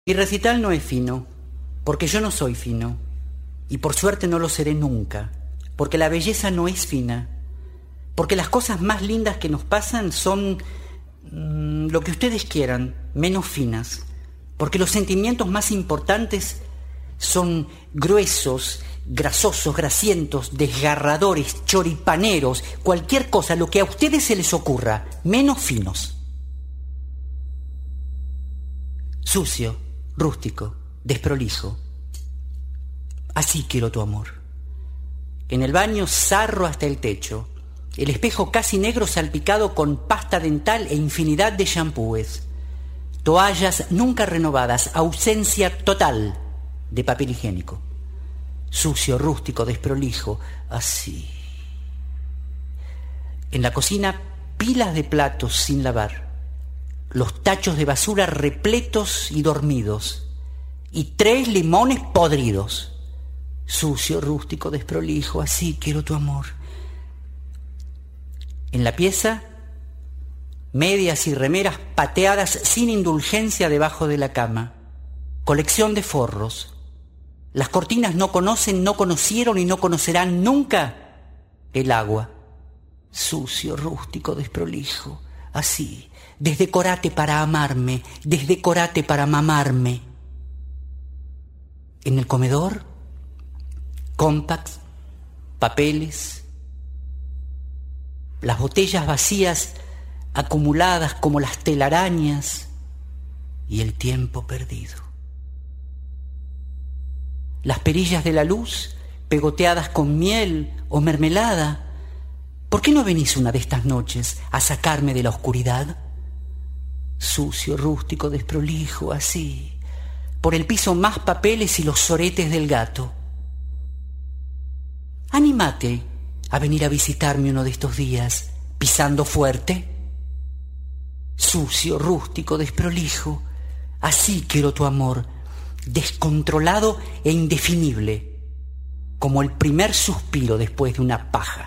Mi recital no es fino, porque yo no soy fino, y por suerte no lo seré nunca, porque la belleza no es fina, porque las cosas más lindas que nos pasan son lo que ustedes quieran, menos finas, porque los sentimientos más importantes son gruesos, grasosos, grasientos, desgarradores, choripaneros, cualquier cosa, lo que a ustedes se les ocurra, menos finos. Sucio, rústico, desprolijo. Así quiero tu amor. En el baño sarro hasta el techo, el espejo casi negro salpicado con pasta dental e infinidad de shampoos, toallas nunca renovadas, ausencia total de papel higiénico. Sucio, rústico, desprolijo, así. En la cocina, pilas de platos sin lavar, los tachos de basura repletos y dormidos, y 3 limones podridos. Sucio, rústico, desprolijo, así quiero tu amor. En la pieza, medias y remeras pateadas sin indulgencia debajo de la cama, colección de forros. Las cortinas no conocen, no conocieron y no conocerán nunca el agua. Sucio, rústico, desprolijo, así. Desdecorate para amarme, desdecorate para mamarme. En el comedor, compacts, papeles, las botellas vacías acumuladas como las telarañas y el tiempo perdido. Las perillas de la luz pegoteadas con miel o mermelada. ¿Por qué no venís una de estas noches a sacarme de la oscuridad? Sucio, rústico, desprolijo, así. Por el piso más papeles y los soretes del gato. Anímate a venir a visitarme uno de estos días, pisando fuerte. Sucio, rústico, desprolijo, así quiero tu amor, descontrolado e indefinible, como el primer suspiro después de una paja.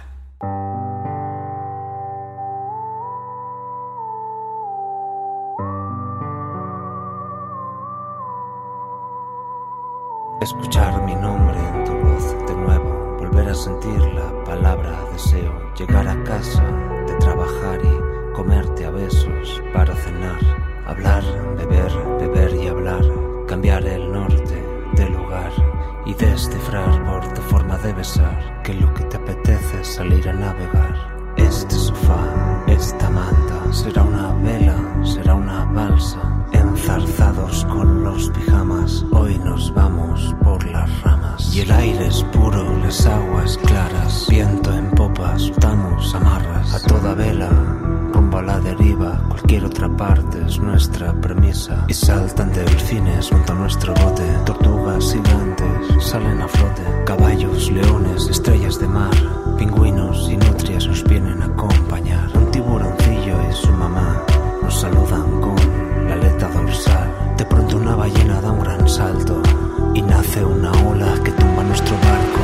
Escuchar mi nombre en tu voz de nuevo, volver a sentir la palabra deseo, llegar a casa de trabajar y comerte a besos para cenar, hablar, beber, beber y hablar, cambiar el norte del lugar y descifrar por tu forma de besar que lo que te apetece es salir a navegar. Este sofá, esta manta, será una vela, será una balsa, enzarzados con los pijamas, hoy nos vamos por las ramas. Y el aire es puro, las aguas claras, viento en popa, estamos amarras, a toda vela, rumbo a la deriva, cualquier otra parte es nuestra premisa. Y saltan delfines junto a nuestro bote, tortugas gigantes salen a flote, caballos, leones, estrellas de mar, pingüinos y nutrias nos vienen a acompañar. Un tiburoncillo y su mamá nos saludan con la aleta dorsal. De pronto una ballena da un gran salto y nace una ola que tumba nuestro barco.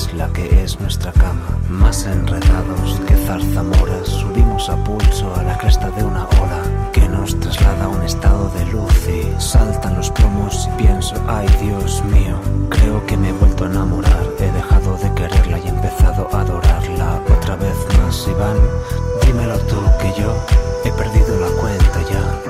es la que es nuestra cama. Más enredados que zarzamoras, subimos a pulso a la cresta de una ola que nos traslada a un estado de luz y saltan los plomos y pienso, ay Dios mío, creo que me he vuelto a enamorar. He dejado de quererla y he empezado a adorarla otra vez más. Iván, dímelo tú que yo he perdido la cuenta ya.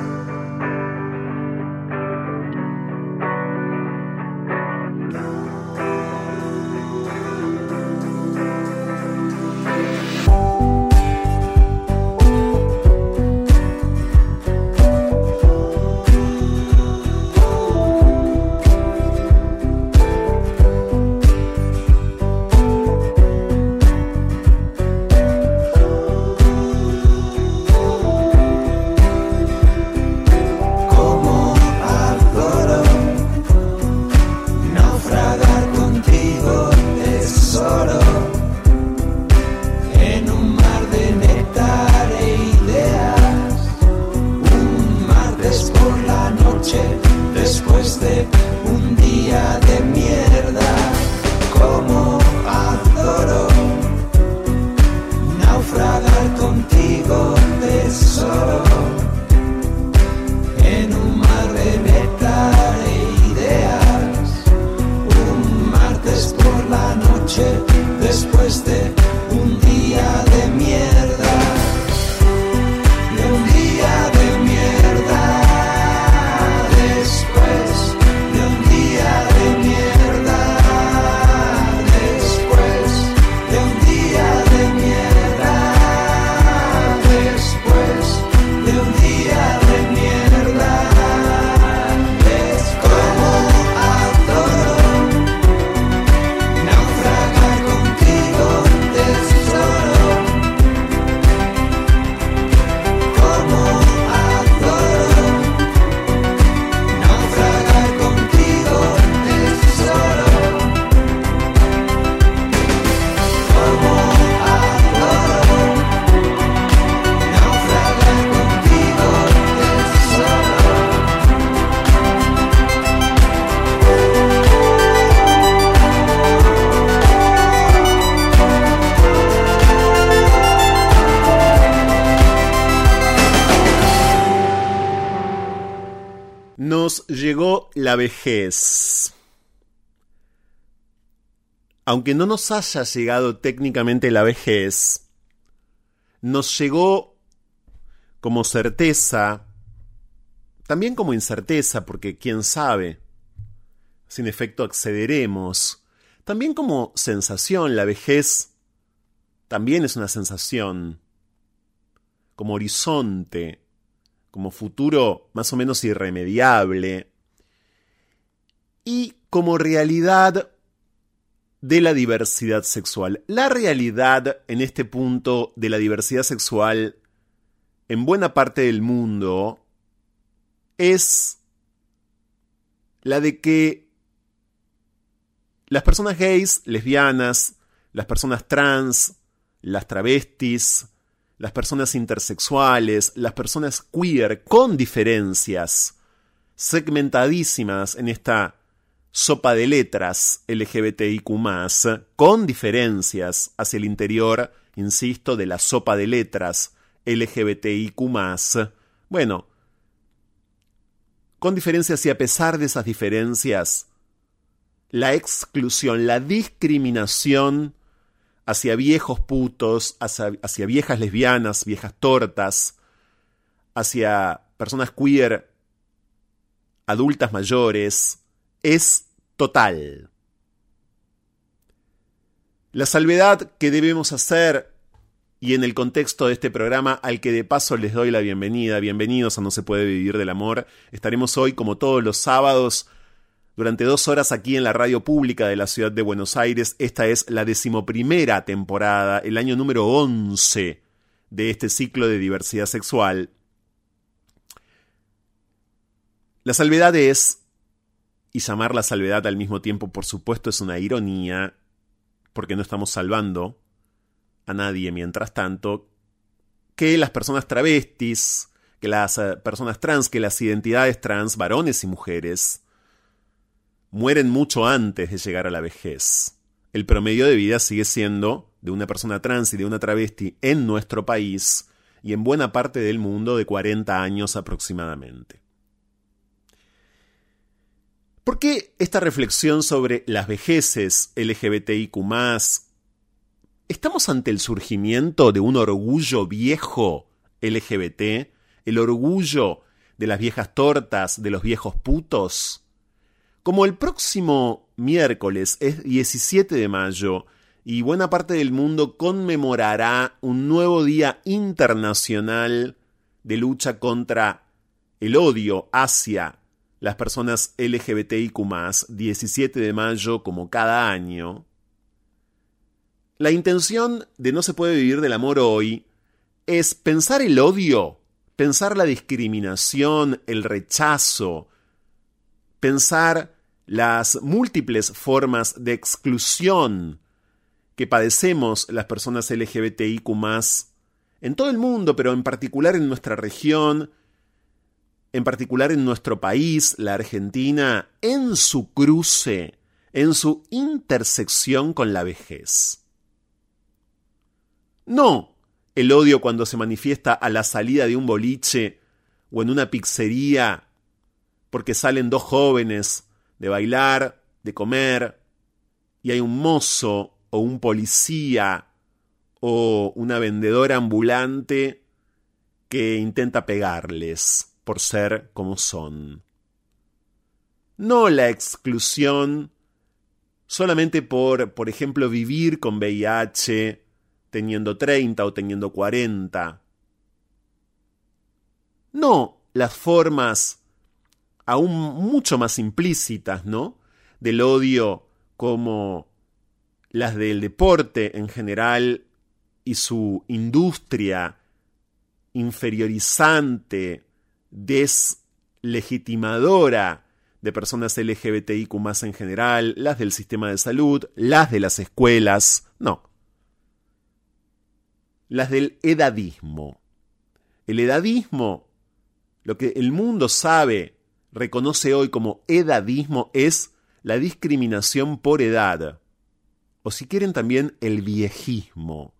Nos llegó la vejez. Aunque no nos haya llegado técnicamente la vejez, nos llegó como certeza, también como incerteza, porque quién sabe, sin efecto accederemos, también como sensación. La vejez también es una sensación, como horizonte, como futuro más o menos irremediable, y como realidad de la diversidad sexual. La realidad en este punto de la diversidad sexual en buena parte del mundo es la de que las personas gays, lesbianas, las personas trans, las travestis, las personas intersexuales, las personas queer, con diferencias segmentadísimas en esta sopa de letras LGBTIQ+, con diferencias hacia el interior, insisto, de la sopa de letras LGBTIQ+, bueno, con diferencias, y a pesar de esas diferencias, la exclusión, la discriminación hacia viejos putos, hacia viejas lesbianas, viejas tortas, hacia personas queer, adultas mayores, es total. La salvedad que debemos hacer, y en el contexto de este programa, al que de paso les doy la bienvenida, bienvenidos a No se puede vivir del amor, estaremos hoy, como todos los sábados, durante 2 horas aquí en la radio pública de la ciudad de Buenos Aires. Esta es la 11ª temporada, el año número 11 de este ciclo de diversidad sexual. La salvedad es, y llamar la salvedad al mismo tiempo, por supuesto, es una ironía, porque no estamos salvando a nadie mientras tanto, que las personas travestis, que las personas trans, que las identidades trans, varones y mujeres, mueren mucho antes de llegar a la vejez. el promedio de vida sigue siendo de una persona trans y de una travesti en nuestro país y en buena parte del mundo de 40 años aproximadamente. ¿Por qué esta reflexión sobre las vejeces LGBTIQ+? ¿Estamos ante el surgimiento de un orgullo viejo LGBT? ¿El orgullo de las viejas tortas, de los viejos putos? Como el próximo miércoles es 17 de mayo y buena parte del mundo conmemorará un nuevo Día Internacional de lucha contra el odio hacia las personas LGBTIQ+, 17 de mayo como cada año, la intención de No se puede vivir del amor hoy es pensar el odio, pensar la discriminación, el rechazo, pensar las múltiples formas de exclusión que padecemos las personas LGBTIQ+, en todo el mundo, pero en particular en nuestra región, en particular en nuestro país, la Argentina, en su cruce, en su intersección con la vejez. No el odio cuando se manifiesta a la salida de un boliche o en una pizzería porque salen dos jóvenes de bailar, de comer, y hay un mozo o un policía o una vendedora ambulante que intenta pegarles por ser como son. No la exclusión solamente por ejemplo, vivir con VIH, teniendo 30 o teniendo 40. No las formas aún mucho más implícitas, ¿no?, del odio, como las del deporte en general y su industria inferiorizante, deslegitimadora de personas LGBTIQ+ en general, las del sistema de salud, las de las escuelas, no. Las del edadismo. El edadismo, lo que el mundo sabe, reconoce hoy como edadismo, es la discriminación por edad. O si quieren también el viejismo.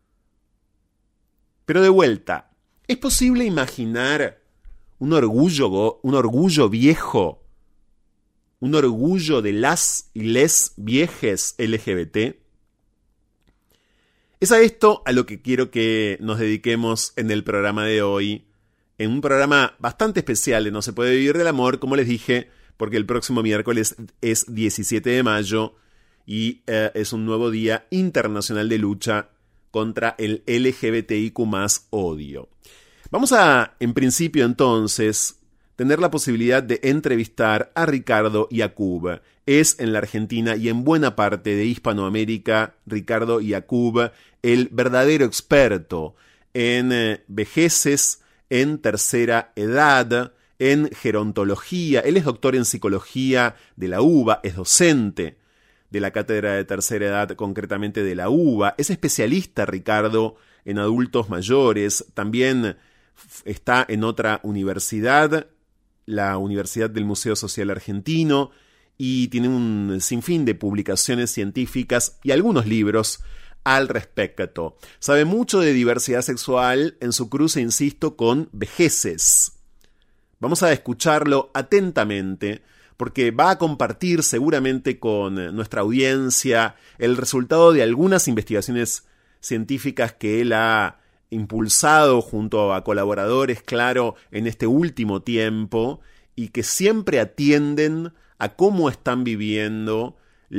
Pero de vuelta, ¿es posible imaginar un orgullo viejo? ¿Un orgullo de las y les viejes LGBT? Es a esto a lo que quiero que nos dediquemos en el programa de hoy, en un programa bastante especial de No se puede vivir del amor, como les dije, porque el próximo miércoles es 17 de mayo y es un nuevo Día Internacional de lucha contra el LGBTIQ+ odio. Vamos a, en principio entonces, tener la posibilidad de entrevistar a Ricardo Yacoub. Es en la Argentina y en buena parte de Hispanoamérica, Ricardo Yacoub, el verdadero experto en vejeces, en tercera edad, en gerontología. Él es doctor en psicología de la UBA, es docente de la cátedra de tercera edad, concretamente de la UBA. Es especialista, Ricardo, en adultos mayores. También está en otra universidad, la Universidad del Museo Social Argentino, y tiene un sinfín de publicaciones científicas y algunos libros al respecto. Sabe mucho de diversidad sexual en su cruce, insisto, con vejeces. Vamos a escucharlo atentamente, porque va a compartir seguramente con nuestra audiencia el resultado de algunas investigaciones científicas que él ha impulsado junto a colaboradores, claro, en este último tiempo, y que siempre atienden a cómo están viviendo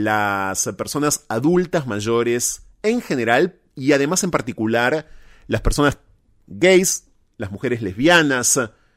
las personas adultas mayores en general, y además en particular las personas gays, las mujeres lesbianas,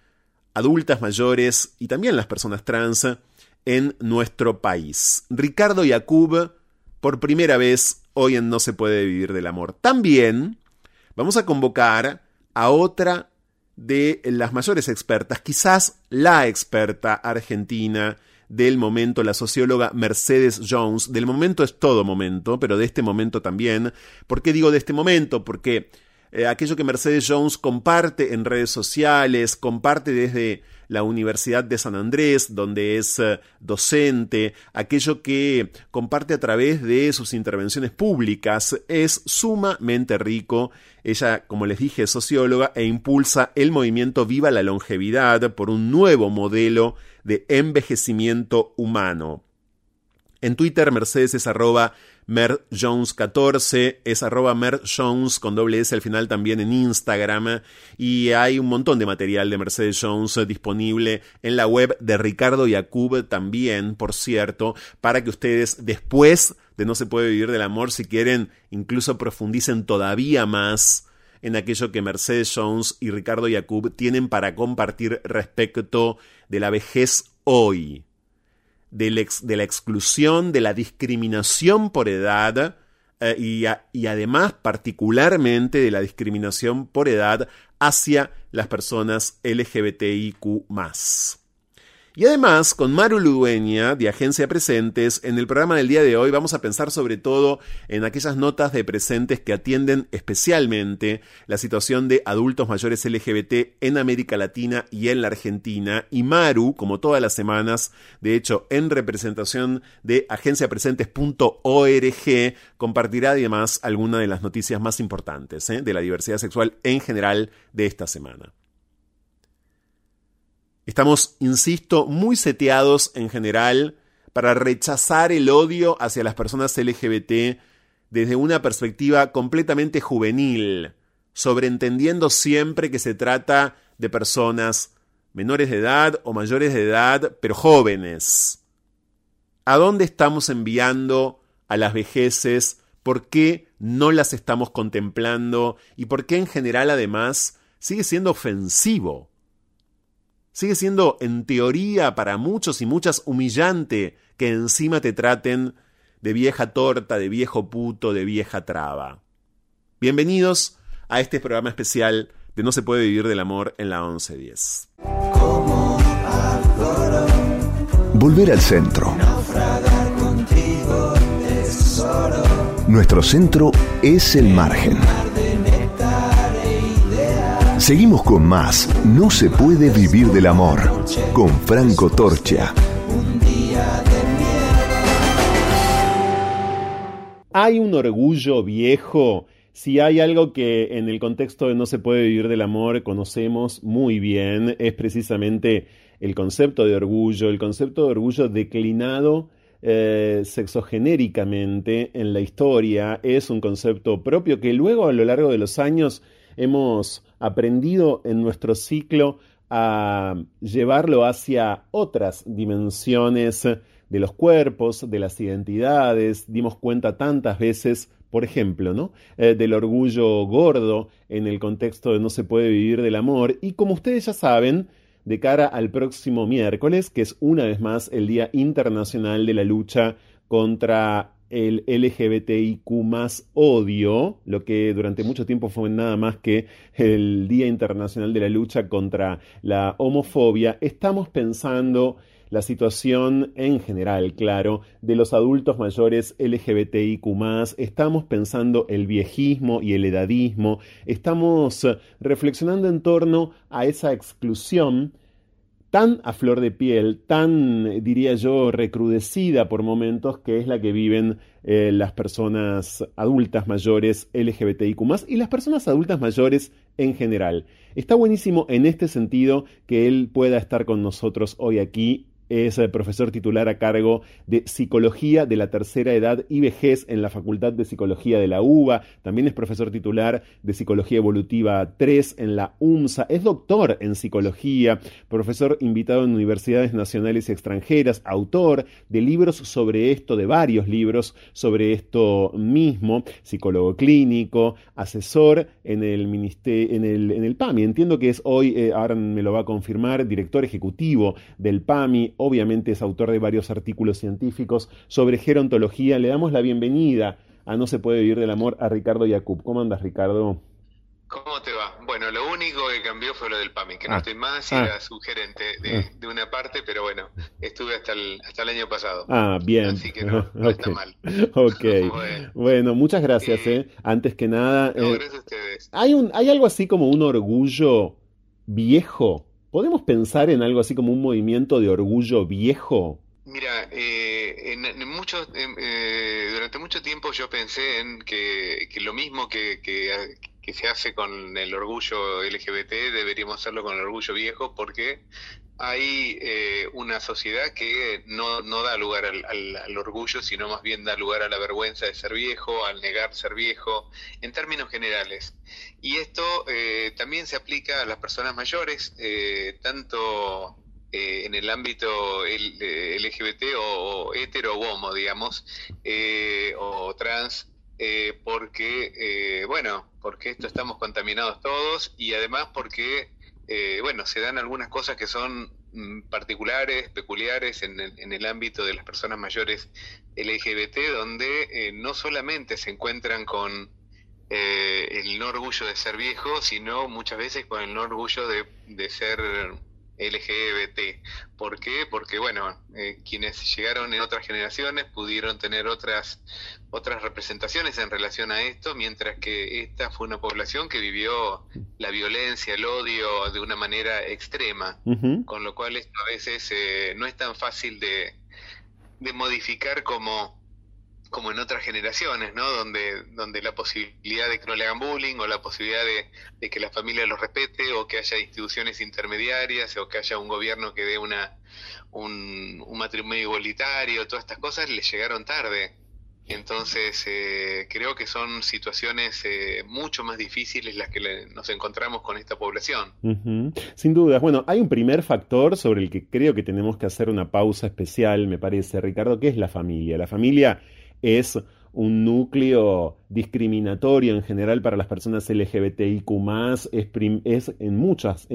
adultas mayores y también las personas trans en nuestro país. Ricardo Yacoub, por primera vez hoy en No se puede vivir del amor. También vamos a convocar a otra de las mayores expertas, quizás la experta argentina del momento, la socióloga Mercedes Jones. Del momento es todo momento, pero de este momento también. ¿Por qué digo de este momento? Porque aquello que Mercedes Jones comparte en redes sociales, comparte desde la Universidad de San Andrés, donde es docente, aquello que comparte a través de sus intervenciones públicas, es sumamente rico. Ella, como les dije, es socióloga e impulsa el movimiento Viva la Longevidad por un nuevo modelo de envejecimiento humano. En Twitter, Mercedes es @merjones14, es @merjones con doble S al final también en Instagram, y hay un montón de material de Mercedes Jones disponible en la web de Ricardo Yacoub también, por cierto, para que ustedes después de No se puede vivir del amor, si quieren, incluso profundicen todavía más en aquello que Mercedes Jones y Ricardo Yacoub tienen para compartir respecto de la vejez hoy. De la exclusión, de la discriminación por edad y además particularmente de la discriminación por edad hacia las personas LGBTIQ+. Y además, con Maru Ludueña, de Agencia Presentes, en el programa del día de hoy vamos a pensar sobre todo en aquellas notas de Presentes que atienden especialmente la situación de adultos mayores LGBT en América Latina y en la Argentina. Y Maru, como todas las semanas, de hecho, en representación de agenciapresentes.org, compartirá además algunas de las noticias más importantes de la diversidad sexual en general de esta semana. Estamos, insisto, muy seteados en general para rechazar el odio hacia las personas LGBT desde una perspectiva completamente juvenil, sobreentendiendo siempre que se trata de personas menores de edad o mayores de edad, pero jóvenes. ¿A dónde estamos enviando a las vejeces? ¿Por qué no las estamos contemplando? ¿Y por qué en general además sigue siendo ofensivo? Sigue siendo, en teoría, para muchos y muchas humillante que encima te traten de vieja torta, de viejo puto, de vieja traba. Bienvenidos a este programa especial de No se puede vivir del amor en la 1110. Volver al centro. Nuestro centro es el margen. Seguimos con más No se puede vivir del amor con Franco Torcha. Hay un orgullo viejo. Si hay algo que en el contexto de No se puede vivir del amor conocemos muy bien, es precisamente el concepto de orgullo, declinado sexogenéricamente en la historia. Es un concepto propio que luego a lo largo de los años hemos aprendido en nuestro ciclo a llevarlo hacia otras dimensiones de los cuerpos, de las identidades. Dimos cuenta tantas veces, por ejemplo, ¿no? Del orgullo gordo en el contexto de No se puede vivir del amor. Y como ustedes ya saben, de cara al próximo miércoles, que es una vez más el Día Internacional de la Lucha contra el LGBTIQ+ odio, lo que durante mucho tiempo fue nada más que el Día Internacional de la Lucha contra la homofobia, estamos pensando la situación en general, claro, de los adultos mayores LGBTIQ+, estamos pensando el viejismo y el edadismo, estamos reflexionando en torno a esa exclusión tan a flor de piel, tan, diría yo, recrudecida por momentos, que es la que viven las personas adultas mayores LGBTIQ+, y las personas adultas mayores en general. Está buenísimo en este sentido que él pueda estar con nosotros hoy aquí. Es profesor titular a cargo de Psicología de la Tercera Edad y Vejez en la Facultad de Psicología de la UBA. También es profesor titular de Psicología Evolutiva 3 en la UMSA. Es doctor en Psicología, profesor invitado en universidades nacionales y extranjeras, autor de libros sobre esto, de varios libros sobre esto mismo, psicólogo clínico, asesor en el PAMI. Entiendo que es hoy, ahora me lo va a confirmar, director ejecutivo del PAMI. Obviamente es autor de varios artículos científicos sobre gerontología. Le damos la bienvenida a No se puede vivir del amor a Ricardo Yacoub. ¿Cómo andas, Ricardo? ¿Cómo te va? Bueno, lo único que cambió fue lo del PAMI, que no estoy más, y era subgerente de una parte, pero bueno, estuve hasta el año pasado. Bien. Así que no está mal. Ok. Bueno, muchas gracias, Antes que nada. Gracias a ustedes. ¿Hay algo así como un orgullo viejo? ¿Podemos pensar en algo así como un movimiento de orgullo viejo? Mira, durante mucho tiempo yo pensé en que lo mismo que se hace con el orgullo LGBT, deberíamos hacerlo con el orgullo viejo, porque hay una sociedad que no da lugar al orgullo, sino más bien da lugar a la vergüenza de ser viejo, al negar ser viejo, en términos generales. Y esto también se aplica a las personas mayores, tanto en el ámbito LGBT o hetero o homo, digamos, o trans, porque esto estamos contaminados todos, y además porque se dan algunas cosas que son particulares, peculiares en el ámbito de las personas mayores LGBT, donde no solamente se encuentran con el no orgullo de ser viejo, sino muchas veces con el no orgullo de ser LGBT. ¿Por qué? Porque quienes llegaron en otras generaciones pudieron tener otras representaciones en relación a esto, mientras que esta fue una población que vivió la violencia, el odio de una manera extrema, con lo cual esto a veces no es tan fácil de modificar como en otras generaciones, ¿no? Donde la posibilidad de que no le hagan bullying, o la posibilidad de que la familia los respete, o que haya instituciones intermediarias, o que haya un gobierno que dé un matrimonio igualitario, todas estas cosas les llegaron tarde. Entonces creo que son situaciones mucho más difíciles las que nos encontramos con esta población. Sin duda. Bueno, hay un primer factor sobre el que creo que tenemos que hacer una pausa especial, me parece, Ricardo, que es la familia. La familia es un núcleo discriminatorio en general para las personas LGBTIQ+, es en muchas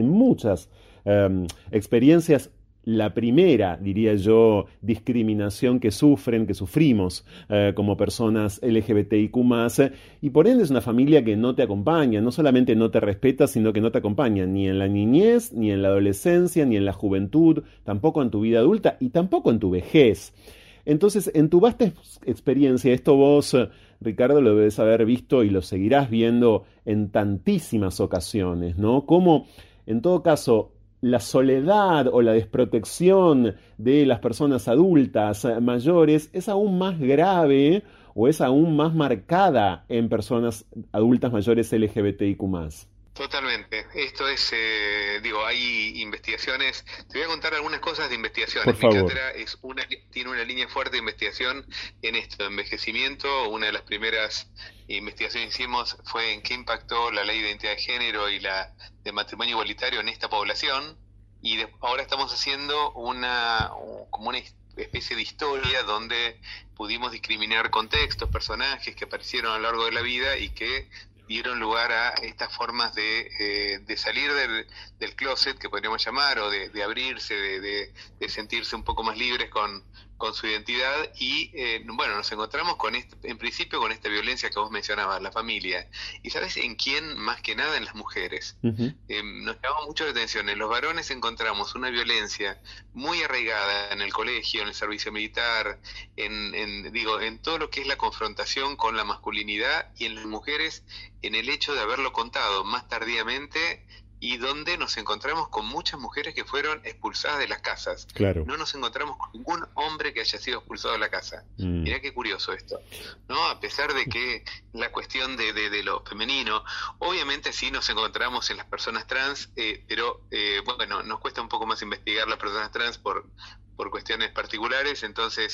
experiencias la primera, diría yo, discriminación que sufrimos como personas LGBTIQ+, y por ende es una familia que no te acompaña, no solamente no te respeta, sino que no te acompaña ni en la niñez, ni en la adolescencia, ni en la juventud, tampoco en tu vida adulta y tampoco en tu vejez. Entonces, en tu vasta experiencia, esto vos, Ricardo, lo debes haber visto y lo seguirás viendo en tantísimas ocasiones, ¿no? Cómo, en todo caso, la soledad o la desprotección de las personas adultas mayores es aún más grave o es aún más marcada en personas adultas mayores LGBTIQ+. Totalmente. Esto es, hay investigaciones. Te voy a contar algunas cosas de investigación. Por favor. Mi cátedra tiene una línea fuerte de investigación en esto, envejecimiento. Una de las primeras investigaciones que hicimos fue en qué impactó la ley de identidad de género y la de matrimonio igualitario en esta población. Y ahora estamos haciendo como una especie de historia donde pudimos discriminar contextos, personajes que aparecieron a lo largo de la vida y que dieron lugar a estas formas de salir del closet, que podríamos llamar, o de abrirse, de sentirse un poco más libres con su identidad. Y nos encontramos en principio con esta violencia que vos mencionabas, la familia. ¿Y sabes en quién? Más que nada en las mujeres. Nos llamó mucho la atención. En los varones encontramos una violencia muy arraigada en el colegio, en el servicio militar, en todo lo que es la confrontación con la masculinidad, y en las mujeres en el hecho de haberlo contado más tardíamente, y donde nos encontramos con muchas mujeres que fueron expulsadas de las casas. Claro. No nos encontramos con ningún hombre que haya sido expulsado de la casa. Mirá qué curioso esto, ¿no? A pesar de que la cuestión de lo femenino, obviamente sí nos encontramos en las personas trans, pero nos cuesta un poco más investigar las personas trans por cuestiones particulares. Entonces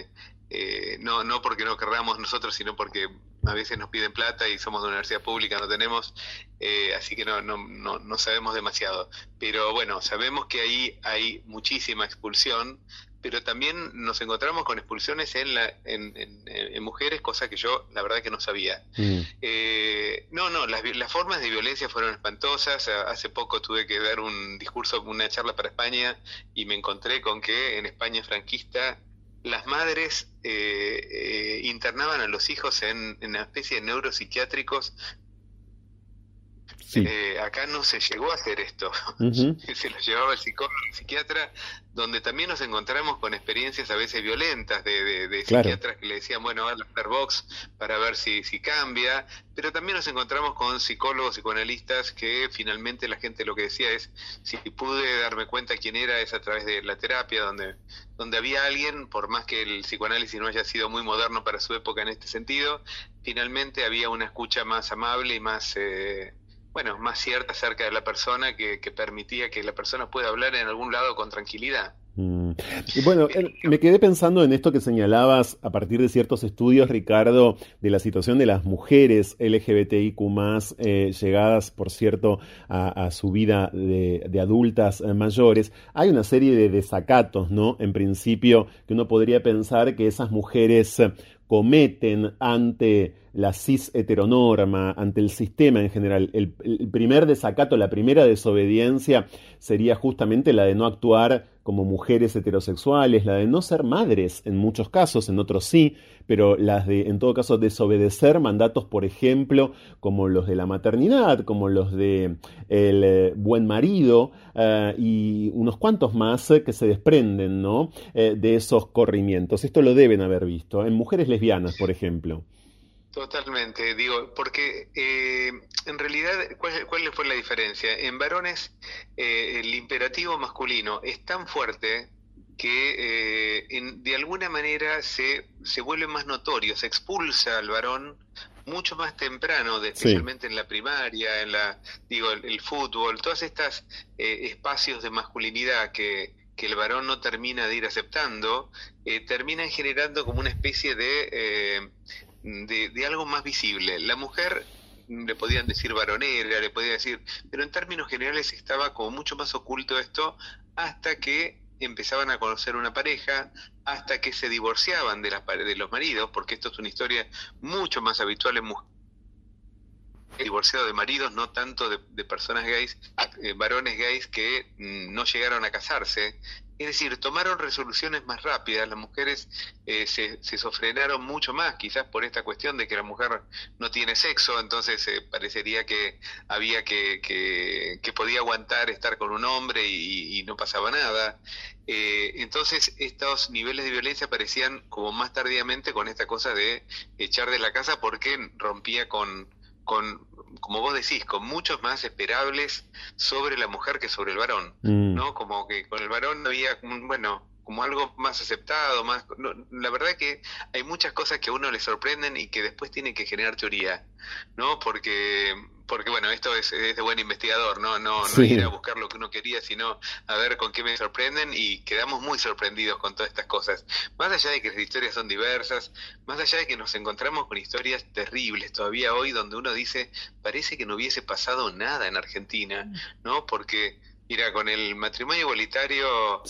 no porque no querramos nosotros, sino porque a veces nos piden plata y somos de una universidad pública, no tenemos, así que no sabemos demasiado. Pero bueno, sabemos que ahí hay muchísima expulsión, pero también nos encontramos con expulsiones en mujeres, cosa que yo la verdad que no sabía. Las formas de violencia fueron espantosas. Hace poco tuve que dar un discurso, una charla para España, y me encontré con que en España franquista las madres internaban a los hijos en una especie de neuropsiquiátricos Sí. Acá no se llegó a hacer esto. Se lo llevaba el psicólogo, el psiquiatra, donde también nos encontramos con experiencias a veces violentas de Claro. psiquiatras que le decían, bueno, van a hacer box para ver si cambia, pero también nos encontramos con psicólogos, psicoanalistas, que finalmente la gente lo que decía es, si pude darme cuenta quién era, es a través de la terapia, donde había alguien, por más que el psicoanálisis no haya sido muy moderno para su época en este sentido, finalmente había una escucha más amable y más más cierta acerca de la persona que permitía que la persona pueda hablar en algún lado con tranquilidad. Y bueno, me quedé pensando en esto que señalabas a partir de ciertos estudios, Ricardo, de la situación de las mujeres LGBTIQ+, llegadas, por cierto, a su vida de adultas mayores. Hay una serie de desacatos, ¿no? En principio, que uno podría pensar que esas mujeres cometen ante la cis heteronorma, ante el sistema en general. El primer desacato, la primera desobediencia sería justamente la de no actuar como mujeres heterosexuales, la de no ser madres en muchos casos, en otros sí, pero las de, en todo caso, desobedecer mandatos, por ejemplo, como los de la maternidad, como los de el buen marido, y unos cuantos más que se desprenden, ¿no? De esos corrimientos. Esto lo deben haber visto en mujeres lesbianas, por ejemplo. Totalmente, digo, porque en realidad, ¿cuál fue la diferencia? En varones, el imperativo masculino es tan fuerte que de alguna manera se vuelve más notorio, se expulsa al varón mucho más temprano, especialmente en la primaria, el fútbol, todas estas espacios de masculinidad que el varón no termina de ir aceptando, terminan generando como una especie de algo más visible. La mujer le podían decir varonera, le podían decir, pero en términos generales estaba como mucho más oculto esto, hasta que empezaban a conocer una pareja, hasta que se divorciaban de los maridos, porque esto es una historia mucho más habitual en mujeres, divorciado de maridos, no tanto de personas gays, varones gays que no llegaron a casarse. Es decir, tomaron resoluciones más rápidas, las mujeres se sofrenaron mucho más, quizás por esta cuestión de que la mujer no tiene sexo, entonces parecería que había que podía aguantar estar con un hombre y no pasaba nada. Entonces estos niveles de violencia aparecían como más tardíamente con esta cosa de echar de la casa porque rompía con como vos decís, con muchos más esperables sobre la mujer que sobre el varón, ¿no? Como que con el varón había, como algo más aceptado, más... No, la verdad que hay muchas cosas que a uno le sorprenden y que después tienen que generar teoría, ¿no? Porque bueno, esto es de buen investigador, ¿no? No ir a buscar lo que uno quería, sino a ver con qué me sorprenden, y quedamos muy sorprendidos con todas estas cosas. Más allá de que las historias son diversas, más allá de que nos encontramos con historias terribles todavía hoy, donde uno dice, parece que no hubiese pasado nada en Argentina, ¿no? Porque... Mira, con el matrimonio igualitario,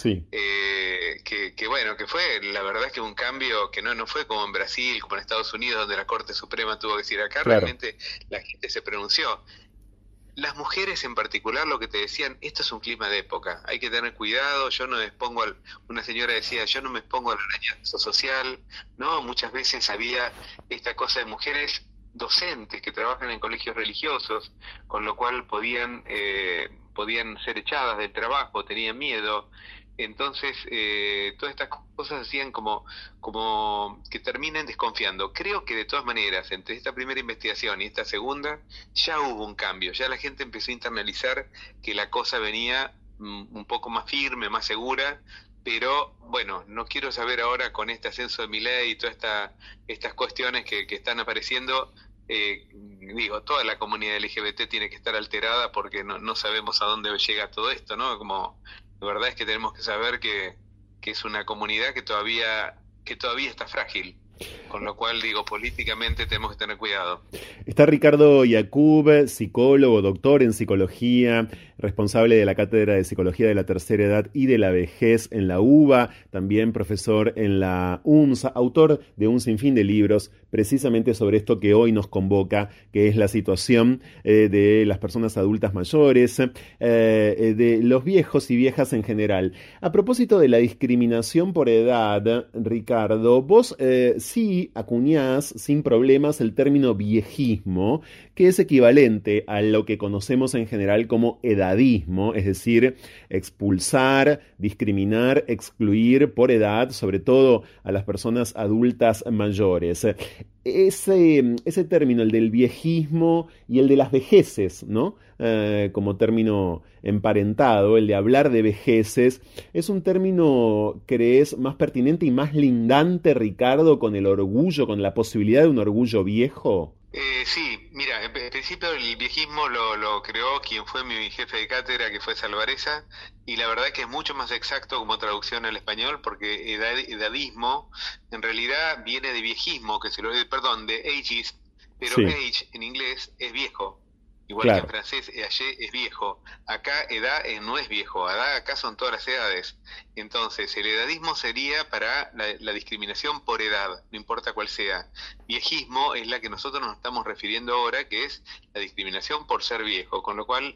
que fue, la verdad es que un cambio que no fue como en Brasil, como en Estados Unidos, donde la Corte Suprema tuvo que decir, acá realmente la gente se pronunció. Las mujeres en particular lo que te decían, esto es un clima de época, hay que tener cuidado, yo no me expongo una señora decía, yo no me expongo al arañazo social, ¿no? Muchas veces había esta cosa de mujeres docentes que trabajan en colegios religiosos, con lo cual podían ser echadas del trabajo, tenían miedo. Entonces todas estas cosas hacían como que terminen desconfiando. Creo que de todas maneras, entre esta primera investigación y esta segunda, ya hubo un cambio, ya la gente empezó a internalizar que la cosa venía un poco más firme, más segura. Pero bueno, no quiero saber ahora con este ascenso de Milei y todas estas cuestiones que están apareciendo, toda la comunidad LGBT tiene que estar alterada porque no sabemos a dónde llega todo esto, ¿no? Como la verdad es que tenemos que saber que es una comunidad que todavía está frágil. Con lo cual, políticamente tenemos que tener cuidado. Está Ricardo Yacoub, psicólogo, doctor en psicología, responsable de la Cátedra de Psicología de la Tercera Edad y de la Vejez en la UBA, también profesor en la UNSA, autor de un sinfín de libros precisamente sobre esto que hoy nos convoca, que es la situación de las personas adultas mayores, de los viejos y viejas en general. A propósito de la discriminación por edad, Ricardo, vos sí ahí acuñás sin problemas el término viejismo, que es equivalente a lo que conocemos en general como edadismo, es decir, expulsar, discriminar, excluir por edad, sobre todo a las personas adultas mayores. Ese término, el del viejismo y el de las vejeces, ¿no? Como término emparentado, el de hablar de vejeces, es un término, ¿crees, más pertinente y más lindante, Ricardo, con el orgullo, con la posibilidad de un orgullo viejo? Sí, mira, en principio el viejismo lo creó quien fue mi jefe de cátedra, que fue Salvareza, y la verdad que es mucho más exacto como traducción al español, porque edadismo en realidad viene de viejismo, de ageism, pero Sí, age en inglés es viejo, igual que en claro. francés âgé es viejo. Acá edad no es viejo, edad acá son todas las edades. Entonces el edadismo sería para la discriminación por edad, no importa cuál sea. Viejismo es la que nosotros nos estamos refiriendo ahora, que es la discriminación por ser viejo, con lo cual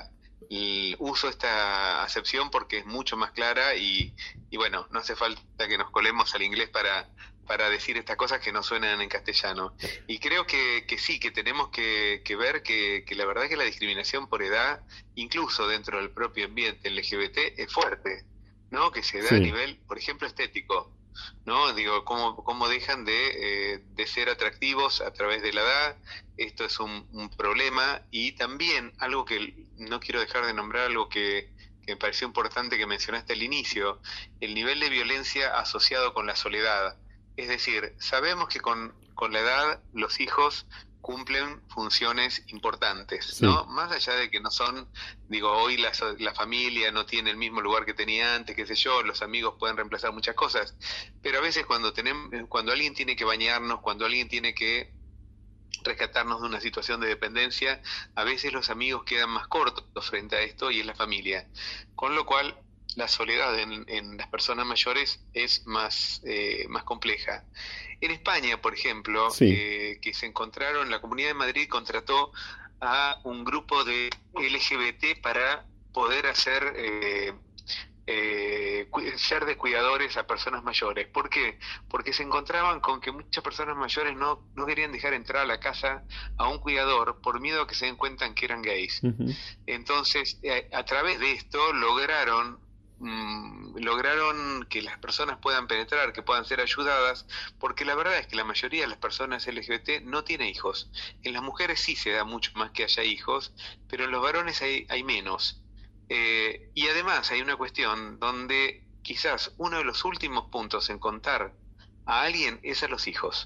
uso esta acepción porque es mucho más clara y bueno, no hace falta que nos colemos al inglés para decir estas cosas que no suenan en castellano. Y creo que sí, que tenemos que ver que la verdad es que la discriminación por edad, incluso dentro del propio ambiente LGBT, es fuerte, ¿no? Que se da a Sí, nivel, por ejemplo, estético, ¿no? Digo, cómo dejan de ser atractivos a través de la edad. Esto es un problema, y también algo que no quiero dejar de nombrar, algo que me pareció importante que mencionaste al inicio, el nivel de violencia asociado con la soledad. Es decir, sabemos que con la edad los hijos cumplen funciones importantes, sí. ¿no? Más allá de que no son, digo, hoy la familia no tiene el mismo lugar que tenía antes, qué sé yo, los amigos pueden reemplazar muchas cosas, pero a veces cuando alguien tiene que bañarnos, cuando alguien tiene que rescatarnos de una situación de dependencia, a veces los amigos quedan más cortos frente a esto, y es la familia. Con lo cual, la soledad en las personas mayores es más compleja. En España, por ejemplo, Sí, que se encontraron, la Comunidad de Madrid contrató a un grupo de LGBT para poder hacer ser de cuidadores a personas mayores. ¿Por qué? Porque se encontraban con que muchas personas mayores no querían dejar entrar a la casa a un cuidador por miedo a que se den cuenta que eran gays. ujú, Entonces, a través de esto lograron que las personas puedan penetrar, que puedan ser ayudadas, porque la verdad es que la mayoría de las personas LGBT no tiene hijos. En las mujeres sí se da mucho más que haya hijos, pero en los varones hay menos. Y además hay una cuestión donde quizás uno de los últimos puntos en contar a alguien es a los hijos.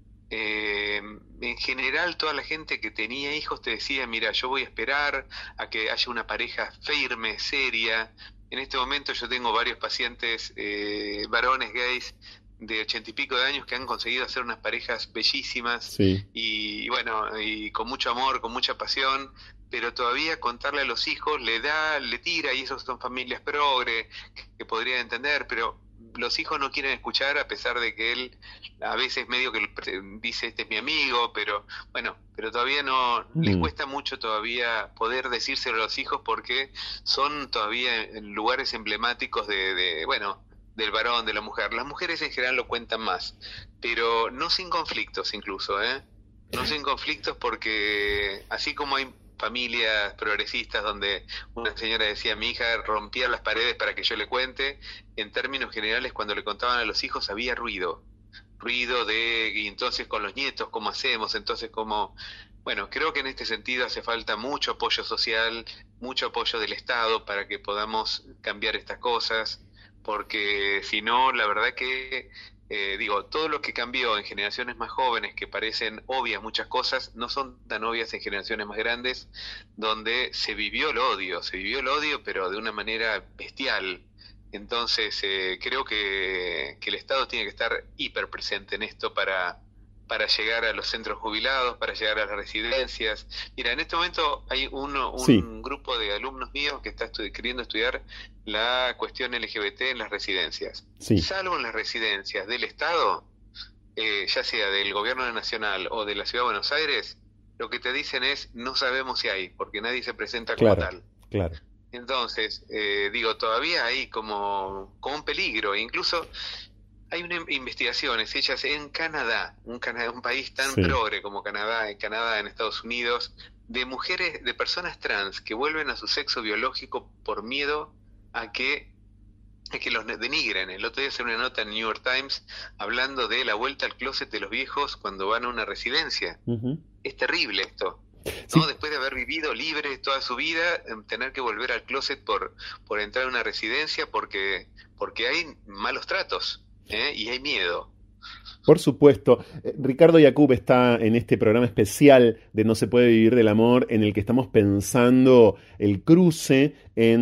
En general, toda la gente que tenía hijos te decía: mira, yo voy a esperar a que haya una pareja firme, seria. En este momento yo tengo varios pacientes varones gays de 80 y pico de años que han conseguido hacer unas parejas bellísimas sí. y bueno, y con mucho amor, con mucha pasión, pero todavía contarle a los hijos le tira, y esos son familias progre que podrían entender, pero los hijos no quieren escuchar, a pesar de que él a veces medio que dice: este es mi amigo, pero bueno, pero todavía no, les Mm, cuesta mucho todavía poder decírselo a los hijos, porque son todavía en lugares emblemáticos bueno, del varón, de la mujer. Las mujeres en general lo cuentan más, pero no sin conflictos incluso, ¿eh? No sin conflictos, porque así como hay familias progresistas donde una señora decía: mi hija rompía las paredes para que yo le cuente, en términos generales cuando le contaban a los hijos había y entonces con los nietos ¿cómo hacemos? Entonces ¿cómo? Bueno, creo que en este sentido hace falta mucho apoyo social, mucho apoyo del Estado para que podamos cambiar estas cosas, porque si no, la verdad que digo, todo lo que cambió en generaciones más jóvenes, que parecen obvias muchas cosas, no son tan obvias en generaciones más grandes, donde se vivió el odio, pero de una manera bestial. Entonces, creo que el Estado tiene que estar hiper presente en esto para llegar a los centros jubilados, para llegar a las residencias. Mira, en este momento hay sí, un grupo de alumnos míos que está queriendo estudiar la cuestión LGBT en las residencias. sí, Salvo en las residencias del Estado, ya sea del gobierno nacional o de la Ciudad de Buenos Aires, lo que te dicen es: no sabemos si hay, porque nadie se presenta como claro, tal. claro. Entonces, digo, todavía hay como un peligro. Incluso hay una investigaciones hechas en Canadá, un país tan Sí. progre como Canadá, en Estados Unidos, de mujeres, de personas trans que vuelven a su sexo biológico por miedo a que los denigren. El otro día hice una nota en New York Times hablando de la vuelta al closet de los viejos cuando van a una residencia. Ujú. Es terrible esto, Sí. ¿no? Después de haber vivido libre toda su vida, tener que volver al closet por entrar a una residencia porque hay malos tratos, y hay miedo. Por supuesto. Ricardo Yacoub está en este programa especial de No se puede vivir del amor, en el que estamos pensando el cruce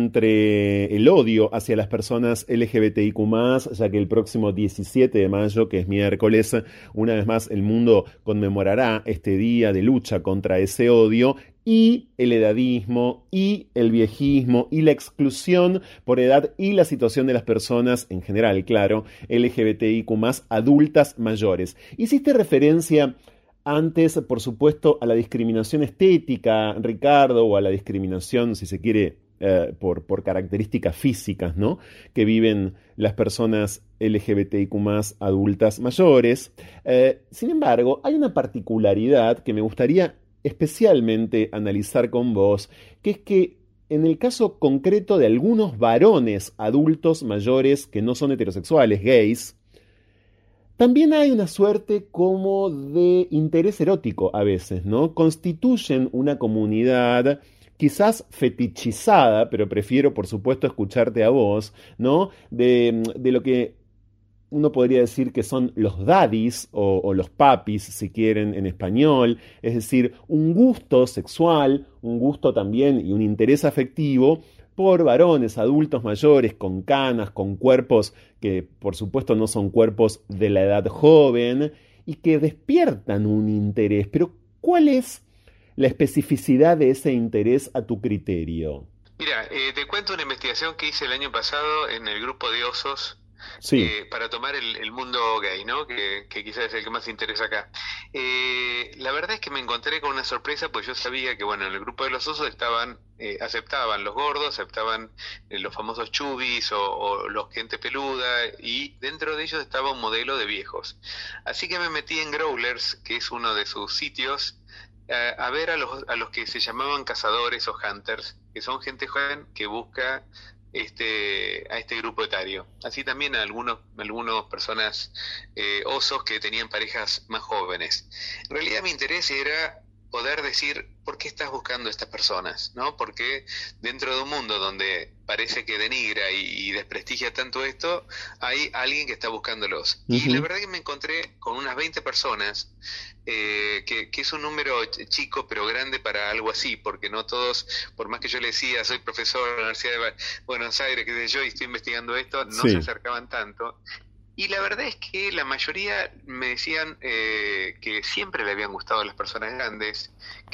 entre el odio hacia las personas LGBTIQ+, ya que el próximo 17 de mayo, que es miércoles, una vez más el mundo conmemorará este día de lucha contra ese odio, y el edadismo, y el viejismo, y la exclusión por edad, y la situación de las personas en general, claro, LGBTIQ+, adultas mayores. Hiciste referencia antes, por supuesto, a la discriminación estética, Ricardo, o a la discriminación, si se quiere, por características físicas, ¿no?, que viven las personas LGBTIQ+, adultas mayores. Sin embargo, hay una particularidad que me gustaría especialmente analizar con vos, que es que en el caso concreto de algunos varones adultos mayores que no son heterosexuales, gays, también hay una suerte como de interés erótico a veces, ¿no? Constituyen una comunidad quizás fetichizada, pero prefiero por supuesto escucharte a vos, ¿no? De lo que uno podría decir que son los daddies o los papis, si quieren, en español, es decir, un gusto sexual, un gusto también y un interés afectivo por varones adultos mayores con canas, con cuerpos que por supuesto no son cuerpos de la edad joven y que despiertan un interés. Pero ¿cuál es la especificidad de ese interés a tu criterio? Mira, te cuento una investigación que hice el año pasado en el grupo de osos. Sí. Para tomar el mundo gay, ¿no? Que quizás es el que más interesa acá. La verdad es que me encontré con una sorpresa, pues yo sabía que, bueno, en el grupo de los osos aceptaban los gordos, aceptaban los famosos chubis o los gente peluda, y dentro de ellos estaba un modelo de viejos. Así que me metí en Growlers, que es uno de sus sitios, a ver a los que se llamaban cazadores o hunters, que son gente joven que busca a este grupo etario. Así también a algunas personas osos que tenían parejas más jóvenes. En realidad mi interés era poder decir por qué estás buscando a estas personas, ¿no? Porque dentro de un mundo donde parece que denigra y desprestigia tanto esto, hay alguien que está buscándolos. Uh-huh. Y la verdad que me encontré con unas 20 personas, que es un número chico pero grande para algo así, porque no todos, por más que yo le decía, soy profesor de la Universidad de Buenos Aires, qué sé yo, y estoy investigando esto, no Sí. se acercaban tanto. Y la verdad es que la mayoría me decían que siempre le habían gustado a las personas grandes,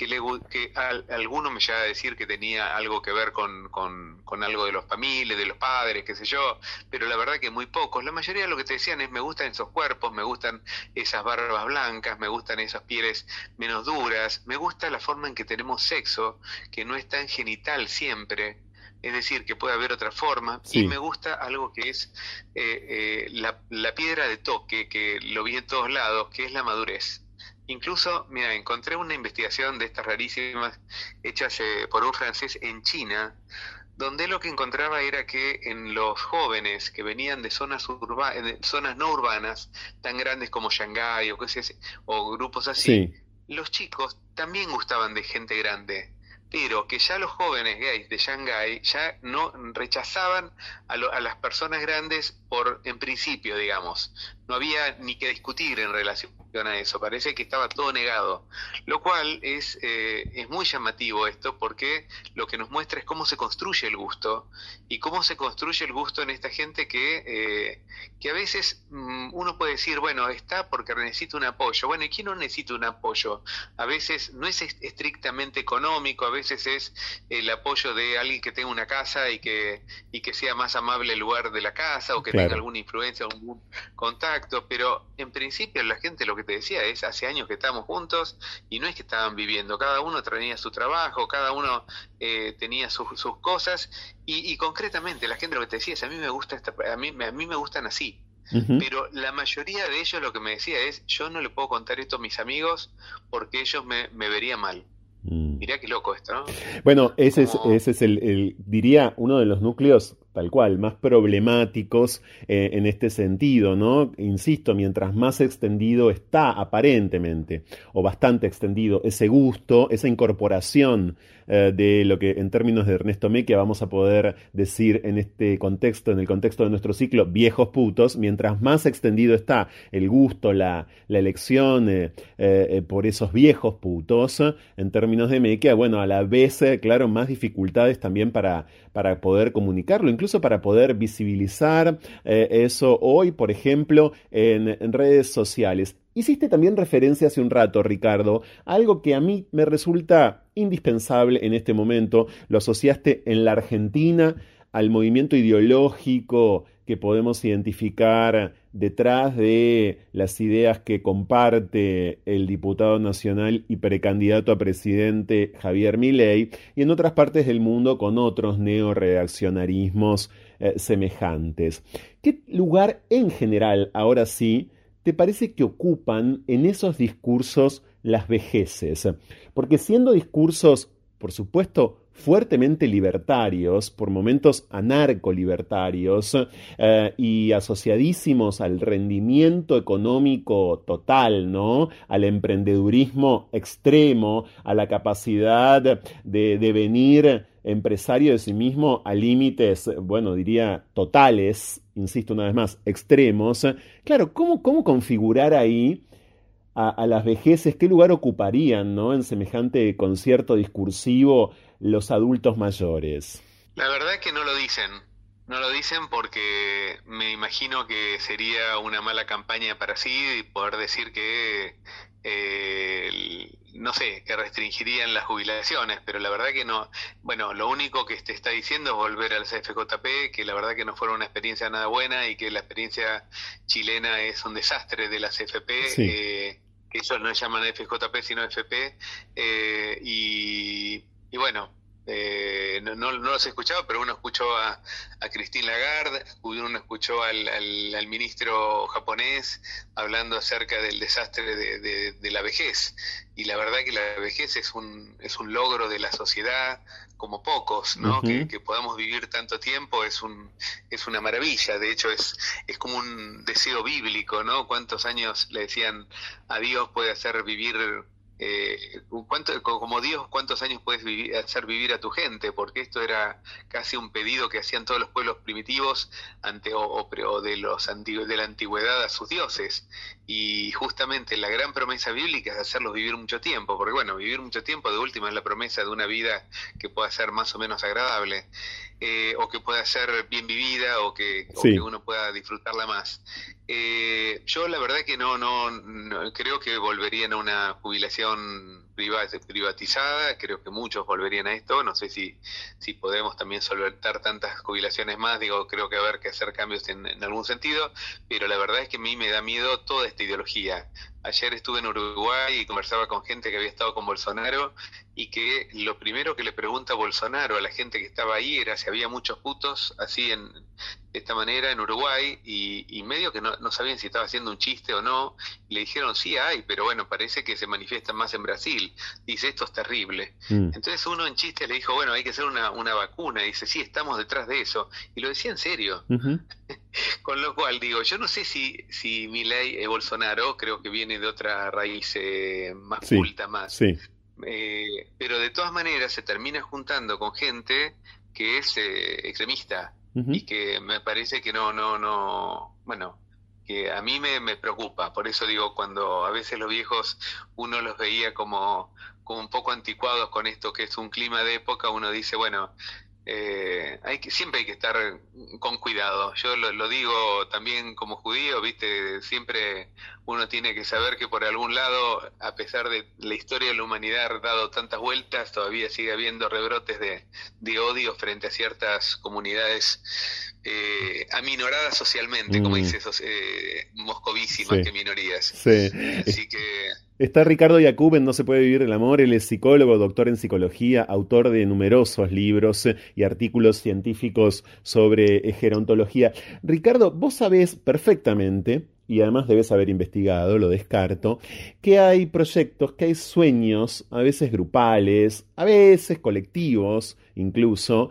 alguno me llegaba a decir que tenía algo que ver con algo de los familias, de los padres, qué sé yo, pero la verdad que muy pocos. La mayoría de lo que te decían es: me gustan esos cuerpos, me gustan esas barbas blancas, me gustan esas pieles menos duras, me gusta la forma en que tenemos sexo, que no es tan genital siempre. Es decir, que puede haber otra forma. Sí. Y me gusta algo que es la piedra de toque, que lo vi en todos lados, que es la madurez. Incluso, mira, encontré una investigación de estas rarísimas hechas por un francés en China, donde lo que encontraba era que en los jóvenes que venían de zonas no urbanas, tan grandes como Shanghái o grupos así, Sí. los chicos también gustaban de gente grande, pero que ya los jóvenes gays de Shanghái ya no rechazaban a las personas grandes en principio, digamos. No había ni que discutir en relación a eso, parece que estaba todo negado, lo cual es muy llamativo esto, porque lo que nos muestra es cómo se construye el gusto, y cómo se construye el gusto en esta gente que a veces uno puede decir, bueno, está porque necesita un apoyo. Bueno, ¿y quién no necesita un apoyo? A veces no es estrictamente económico, a veces es el apoyo de alguien que tenga una casa y que sea más amable el lugar de la casa, o que Claro. tenga alguna influencia, algún contacto, pero en principio la gente, lo que te decía, es hace años que estamos juntos y no es que estaban viviendo, cada uno tenía su trabajo, cada uno tenía sus cosas, y concretamente la gente lo que te decía es: a mí me gusta a mí me gustan así. pero la mayoría de ellos lo que me decía es, yo no le puedo contar esto a mis amigos porque ellos me verían mal. Mirá qué loco esto, ¿no? Bueno, ese es el, diría, uno de los núcleos, tal cual, más problemáticos en este sentido, ¿no? Insisto, mientras más extendido está, aparentemente, o bastante extendido, ese gusto, esa incorporación de lo que en términos de Ernesto Mecchia vamos a poder decir en este contexto, en el contexto de nuestro ciclo, viejos putos, mientras más extendido está el gusto, la elección por esos viejos putos, en términos de Mecchia, bueno, a la vez, claro, más dificultades también para poder comunicarlo, incluso para poder visibilizar eso hoy, por ejemplo, en redes sociales. Hiciste también referencia hace un rato, Ricardo, a algo que a mí me resulta indispensable en este momento. Lo asociaste en la Argentina al movimiento ideológico que podemos identificar detrás de las ideas que comparte el diputado nacional y precandidato a presidente Javier Milei, y en otras partes del mundo con otros neoreaccionarismos semejantes. ¿Qué lugar en general, ahora sí, te parece que ocupan en esos discursos las vejeces? Porque siendo discursos, por supuesto, fuertemente libertarios, por momentos anarco-libertarios, y asociadísimos al rendimiento económico total, ¿no? Al emprendedurismo extremo, a la capacidad de devenir empresario de sí mismo a límites, bueno, diría totales, insisto una vez más, extremos. Claro, ¿cómo configurar ahí a las vejeces? ¿Qué lugar ocuparían, ¿no?, en semejante concierto discursivo los adultos mayores? La verdad es que no lo dicen. No lo dicen porque me imagino que sería una mala campaña para sí poder decir que, no sé, que restringirían las jubilaciones, pero la verdad que no. Bueno, lo único que te está diciendo es volver al CFJP, que la verdad que no fue una experiencia nada buena y que la experiencia chilena es un desastre de la CFP. Sí. Que ellos no llaman FJP sino FP, y bueno, no los he escuchado, pero uno escuchó a Christine Lagarde, uno escuchó al ministro japonés hablando acerca del desastre de la vejez, y la verdad que la vejez es un logro de la sociedad como pocos, ¿no? Uh-huh. Que podamos vivir tanto tiempo es una maravilla. De hecho es como un deseo bíblico, ¿no? ¿Cuántos años le decían a Dios puede hacer vivir? Como Dios, ¿cuántos años puedes hacer vivir a tu gente? Porque esto era casi un pedido que hacían todos los pueblos primitivos de la antigüedad a sus dioses, y justamente la gran promesa bíblica es hacerlos vivir mucho tiempo, porque bueno, vivir mucho tiempo de última es la promesa de una vida que pueda ser más o menos agradable, o que pueda ser bien vivida, o que uno pueda disfrutarla más. Yo la verdad que no creo que volverían a una jubilación privatizada, creo que muchos volverían a esto, no sé si podemos también solventar tantas jubilaciones más, creo que va a haber que hacer cambios en algún sentido, pero la verdad es que a mí me da miedo toda esta ideología. Ayer estuve en Uruguay y conversaba con gente que había estado con Bolsonaro, y que lo primero que le pregunta Bolsonaro a la gente que estaba ahí era si había muchos putos así de esta manera en Uruguay, y medio que no sabían si estaba haciendo un chiste o no, y le dijeron sí hay, pero bueno, parece que se manifiestan más en Brasil. Dice, esto es terrible. Entonces uno en chiste le dijo, bueno, hay que hacer una vacuna, y dice, sí, estamos detrás de eso, y lo decía en serio. Uh-huh. Con lo cual yo no sé si Milei Bolsonaro, creo que viene de otra raíz más culta, más. Sí. Pero de todas maneras se termina juntando con gente que es extremista, uh-huh, y que me parece que bueno, que a mí me preocupa. Por eso cuando a veces los viejos uno los veía como un poco anticuados con esto que es un clima de época, uno dice, bueno, siempre hay que estar con cuidado. Yo lo digo también como judío, ¿viste? Siempre uno tiene que saber que por algún lado, a pesar de la historia de la humanidad dado tantas vueltas, todavía sigue habiendo rebrotes de odio frente a ciertas comunidades aminoradas socialmente, como dice esos Moscovici, más que minorías. Sí. Así que Está Ricardo Yacoub en No se puede vivir el amor. Él es psicólogo, doctor en psicología, autor de numerosos libros y artículos científicos sobre gerontología. Ricardo, vos sabés perfectamente, y además debes haber investigado, lo descarto, que hay proyectos, que hay sueños, a veces grupales, a veces colectivos incluso,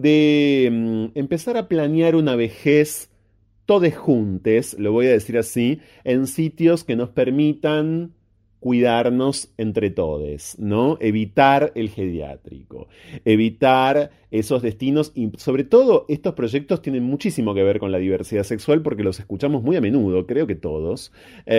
de empezar a planear una vejez todes juntes, lo voy a decir así, en sitios que nos permitan cuidarnos entre todes, ¿no? Evitar el geriátrico, evitar esos destinos y sobre todo estos proyectos tienen muchísimo que ver con la diversidad sexual porque los escuchamos muy a menudo, creo que todos,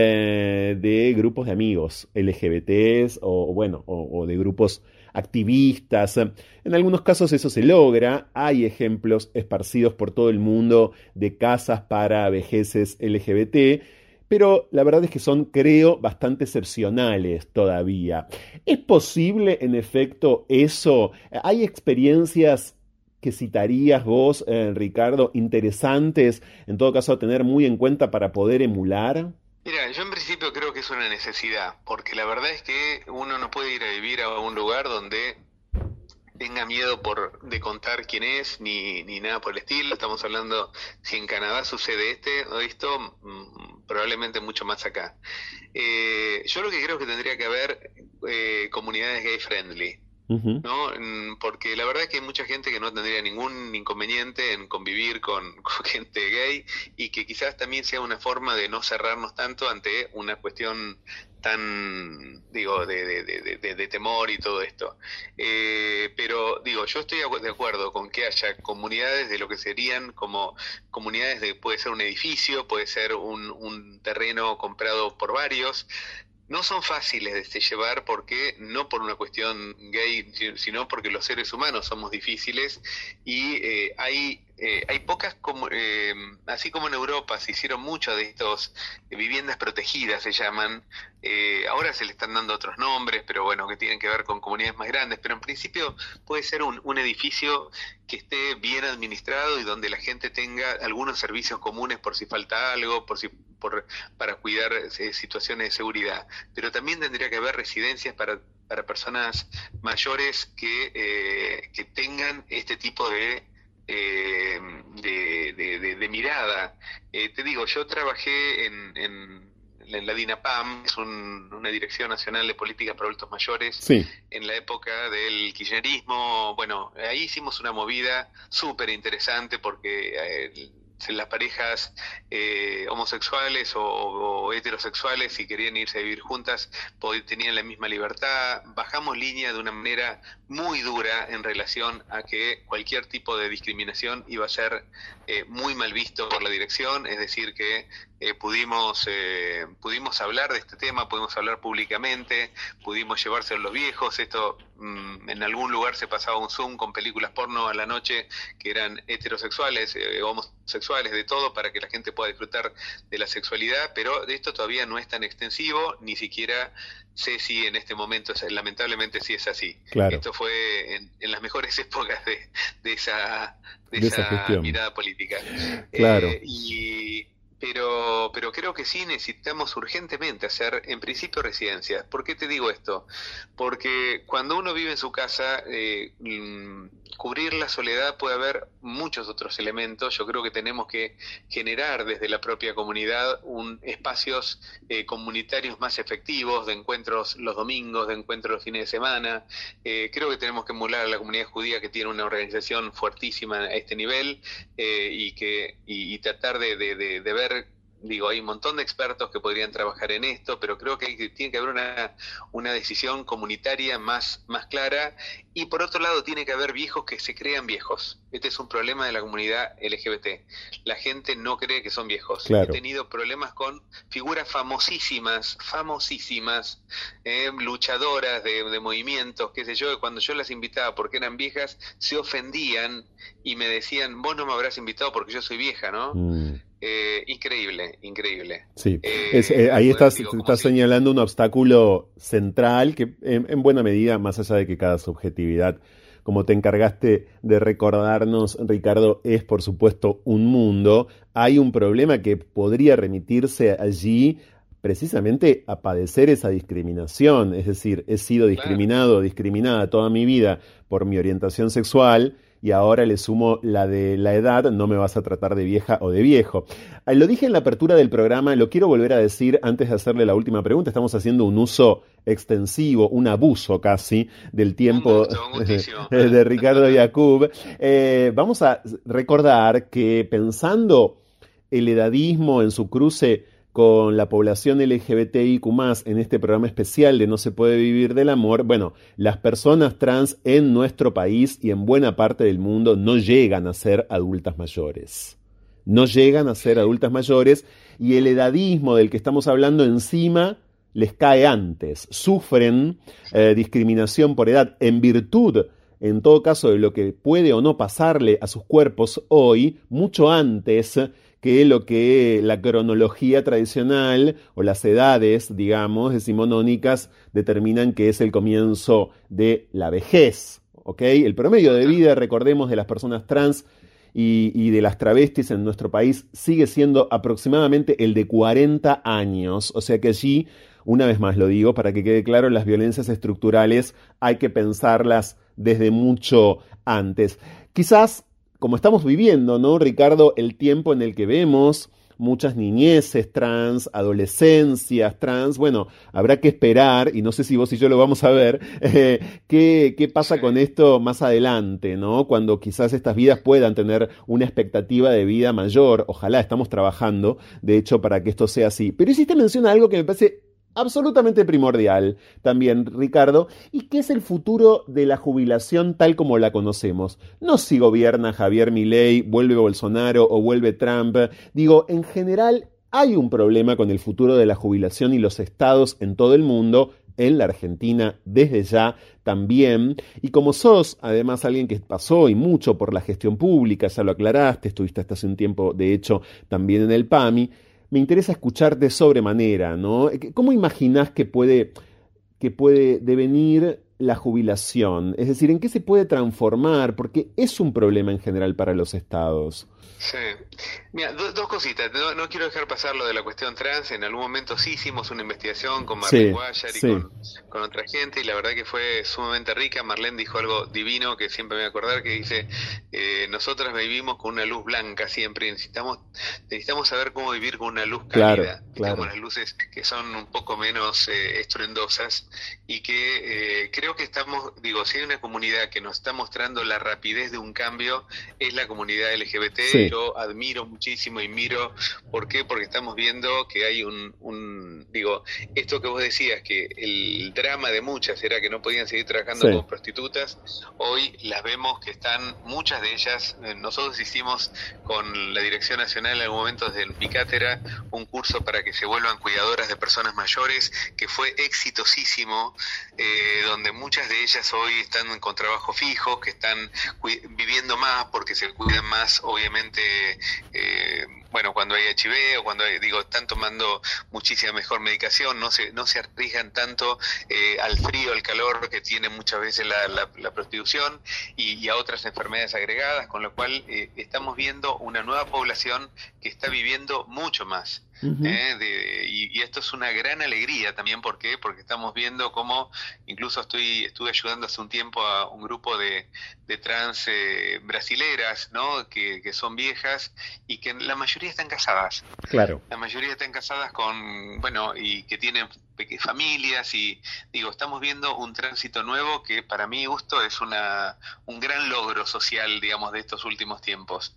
de grupos de amigos LGBTs o de grupos activistas. En algunos casos eso se logra, hay ejemplos esparcidos por todo el mundo de casas para vejeces LGBT, pero la verdad es que son, creo, bastante excepcionales todavía. ¿Es posible, en efecto, eso? ¿Hay experiencias que citarías vos, Ricardo, interesantes, en todo caso, a tener muy en cuenta para poder emular? Mira, yo en principio creo que es una necesidad, porque la verdad es que uno no puede ir a vivir a un lugar donde tenga miedo de contar quién es, ni nada por el estilo. Estamos hablando, si en Canadá sucede esto, probablemente mucho más acá. Yo lo que creo que tendría que haber comunidades gay friendly, ¿no? Porque la verdad es que hay mucha gente que no tendría ningún inconveniente en convivir con gente gay y que quizás también sea una forma de no cerrarnos tanto ante una cuestión tan, de temor y todo esto. Pero, yo estoy de acuerdo con que haya comunidades de lo que serían como comunidades puede ser un edificio, puede ser un terreno comprado por varios. No son fáciles de llevar porque no por una cuestión gay, sino porque los seres humanos somos difíciles y hay pocas, así como en Europa se hicieron muchas de estos viviendas protegidas, se llaman, ahora se le están dando otros nombres, pero bueno, que tienen que ver con comunidades más grandes, pero en principio puede ser un edificio que esté bien administrado y donde la gente tenga algunos servicios comunes por si falta algo, para cuidar situaciones de seguridad, pero también tendría que haber residencias para personas mayores que tengan este tipo de mirada. Te digo, yo trabajé en la DINAPAM, que es una Dirección Nacional de Políticas para Adultos Mayores, sí, en la época del kirchnerismo. Bueno, ahí hicimos una movida súper interesante porque las parejas homosexuales o heterosexuales, si querían irse a vivir juntas, tenían la misma libertad. Bajamos línea de una manera muy dura en relación a que cualquier tipo de discriminación iba a ser muy mal visto por la dirección, es decir que pudimos hablar de este tema, pudimos hablar públicamente, pudimos llevárselo a los viejos. Esto en algún lugar se pasaba un Zoom con películas porno a la noche que eran heterosexuales, homosexuales, de todo, para que la gente pueda disfrutar de la sexualidad, pero esto todavía no es tan extensivo, ni siquiera sé si en este momento, lamentablemente sí es así. Claro. Esto fue en las mejores épocas de esa mirada política. Claro. Pero creo que sí necesitamos urgentemente hacer, en principio, residencias. ¿Por qué te digo esto? Porque cuando uno vive en su casa, cubrir la soledad puede haber muchos otros elementos. Yo creo que tenemos que generar desde la propia comunidad espacios comunitarios más efectivos, de encuentros los domingos, de encuentros los fines de semana. Creo que tenemos que emular a la comunidad judía, que tiene una organización fuertísima a este nivel, y tratar de ver. Hay un montón de expertos que podrían trabajar en esto, pero creo que tiene que haber una decisión comunitaria más clara, y por otro lado tiene que haber viejos que se crean viejos. Este es un problema de la comunidad LGBT. La gente no cree que son viejos. Claro. He tenido problemas con figuras famosísimas, luchadoras de movimientos, qué sé yo, que cuando yo las invitaba porque eran viejas, se ofendían y me decían: vos no me habrás invitado porque yo soy vieja, ¿no? Increíble. Sí, ahí estás señalando un obstáculo central que en buena medida, más allá de que cada subjetividad, como te encargaste de recordarnos, Ricardo, es por supuesto un mundo, hay un problema que podría remitirse allí precisamente a padecer esa discriminación. Es decir, he sido discriminado o discriminada toda mi vida por mi orientación sexual, y ahora le sumo la de la edad, no me vas a tratar de vieja o de viejo. Lo dije en la apertura del programa, lo quiero volver a decir antes de hacerle la última pregunta. Estamos haciendo un uso extensivo, un abuso casi, del tiempo de Ricardo Yacoub. Vamos a recordar que pensando el edadismo en su cruce con la población LGBTIQ+, en este programa especial de No se puede vivir del amor, bueno, las personas trans en nuestro país y en buena parte del mundo no llegan a ser adultas mayores. No llegan a ser adultas mayores, y el edadismo del que estamos hablando encima les cae antes. Sufren discriminación por edad en virtud, en todo caso, de lo que puede o no pasarle a sus cuerpos hoy, mucho antes que lo que la cronología tradicional o las edades, digamos, decimonónicas determinan que es el comienzo de la vejez, ¿ok? El promedio de vida, recordemos, de las personas trans y de las travestis en nuestro país sigue siendo aproximadamente el de 40 años, o sea que allí, una vez más lo digo, para que quede claro, las violencias estructurales hay que pensarlas desde mucho antes. Quizás, como estamos viviendo, ¿no, Ricardo? El tiempo en el que vemos muchas niñeces trans, adolescencias trans, bueno, habrá que esperar, y no sé si vos y yo lo vamos a ver, qué pasa con esto más adelante, ¿no? Cuando quizás estas vidas puedan tener una expectativa de vida mayor. Ojalá, estamos trabajando, de hecho, para que esto sea así. Pero hiciste mención a algo que me parece absolutamente primordial también, Ricardo, y que es el futuro de la jubilación tal como la conocemos. No si gobierna Javier Milei, vuelve Bolsonaro o vuelve Trump. Digo, en general hay un problema con el futuro de la jubilación y los estados en todo el mundo, en la Argentina desde ya también, y como sos además alguien que pasó y mucho por la gestión pública, ya lo aclaraste, estuviste hasta hace un tiempo, de hecho, también en el PAMI, me interesa escucharte sobremanera, ¿no? ¿Cómo imaginás que puede devenir la jubilación? Es decir, ¿en qué se puede transformar? Porque es un problema en general para los estados. Sí. Mira, dos cositas. No quiero dejar pasar lo de la cuestión trans. En algún momento sí hicimos una investigación con Marlene Guayar y con otra gente, y la verdad que fue sumamente rica. Marlene dijo algo divino que siempre me voy a acordar, que dice, nosotras vivimos con una luz blanca siempre, y necesitamos saber cómo vivir con una luz cálida, claro. Con las luces que son un poco menos estruendosas, y que creo que si hay una comunidad que nos está mostrando la rapidez de un cambio, es la comunidad LGBT. Sí. Yo admiro muchísimo y miro. ¿Por qué? Porque estamos viendo que hay esto que vos decías, que el drama de muchas era que no podían seguir trabajando como prostitutas. Hoy las vemos que están, muchas de ellas, nosotros hicimos con la Dirección Nacional en algún momento desde el Picátera un curso para que se vuelvan cuidadoras de personas mayores, que fue exitosísimo, donde muchas de ellas hoy están con trabajo fijo, que están viviendo más porque se cuidan más, obviamente, cuando hay HIV o cuando están tomando muchísima mejor medicación, no se arriesgan tanto al frío, al calor que tiene muchas veces la prostitución y a otras enfermedades agregadas, con lo cual estamos viendo una nueva población que está viviendo mucho más. Uh-huh. Y esto es una gran alegría también. ¿Por qué? Porque estamos viendo cómo, incluso estuve ayudando hace un tiempo a un grupo de trans brasileras, ¿no? que son viejas y que la mayoría están casadas. Claro. La mayoría están casadas y que tienen familias, y estamos viendo un tránsito nuevo que para mi gusto es un gran logro social, digamos, de estos últimos tiempos.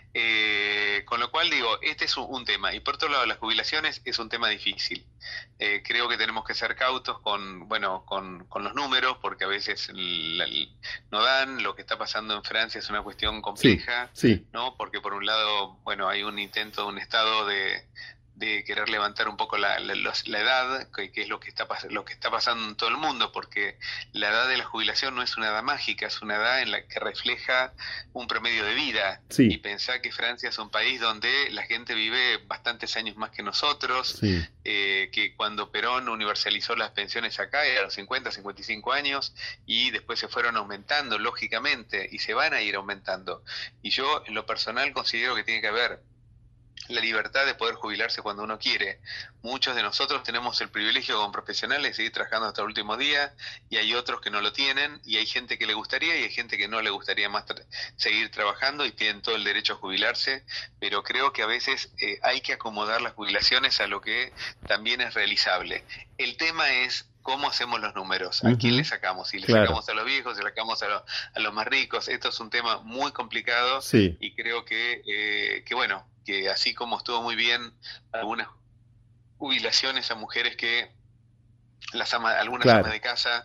Con lo cual este es un tema, y por otro lado las jubilaciones es un tema difícil. Creo que tenemos que ser cautos con los números, porque a veces no dan. Lo que está pasando en Francia es una cuestión compleja, sí. ¿no? Porque por un lado, hay un intento de un Estado de querer levantar un poco la edad, que es lo que está pasando en todo el mundo, porque la edad de la jubilación no es una edad mágica, es una edad en la que refleja un promedio de vida. Sí. Y pensá que Francia es un país donde la gente vive bastantes años más que nosotros, sí. Que cuando Perón universalizó las pensiones acá era a los 50, 55 años, y después se fueron aumentando, lógicamente, y se van a ir aumentando. Y yo, en lo personal, considero que tiene que haber la libertad de poder jubilarse cuando uno quiere. Muchos de nosotros tenemos el privilegio como profesionales de seguir trabajando hasta el último día, y hay otros que no lo tienen, y hay gente que le gustaría y hay gente que no le gustaría más seguir trabajando y tienen todo el derecho a jubilarse, pero creo que a veces hay que acomodar las jubilaciones a lo que también es realizable. El tema es cómo hacemos los números, a quién le sacamos, si le sacamos a los viejos, si le sacamos a los más ricos. Esto es un tema muy complicado, y creo que bueno, que así como estuvo muy bien algunas jubilaciones a mujeres que algunas amas de casa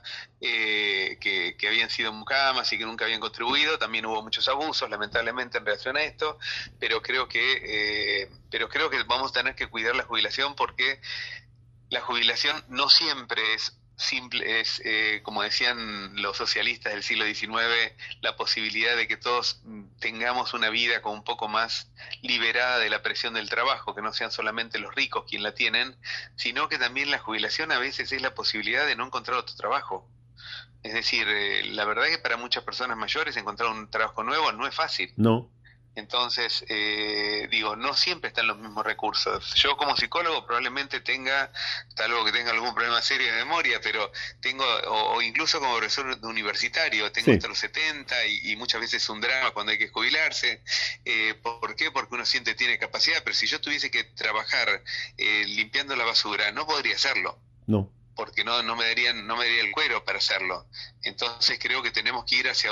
que habían sido mucamas y que nunca habían contribuido, también hubo muchos abusos lamentablemente en relación a esto, pero creo que vamos a tener que cuidar la jubilación, porque la jubilación no siempre es simple, es como decían los socialistas del siglo XIX, la posibilidad de que todos tengamos una vida con un poco más liberada de la presión del trabajo, que no sean solamente los ricos quienes la tienen, sino que también la jubilación a veces es la posibilidad de no encontrar otro trabajo. Es decir, la verdad es que para muchas personas mayores encontrar un trabajo nuevo no es fácil. No. Entonces, no siempre están los mismos recursos. Yo como psicólogo probablemente tenga, salvo que tenga algún problema serio de memoria, pero tengo, o incluso como profesor universitario, tengo hasta los 70 y muchas veces es un drama cuando hay que jubilarse. ¿Por qué? Porque uno siente que tiene capacidad, pero si yo tuviese que trabajar limpiando la basura, no podría hacerlo. No. Porque no me daría el cuero para hacerlo. Entonces creo que tenemos que ir hacia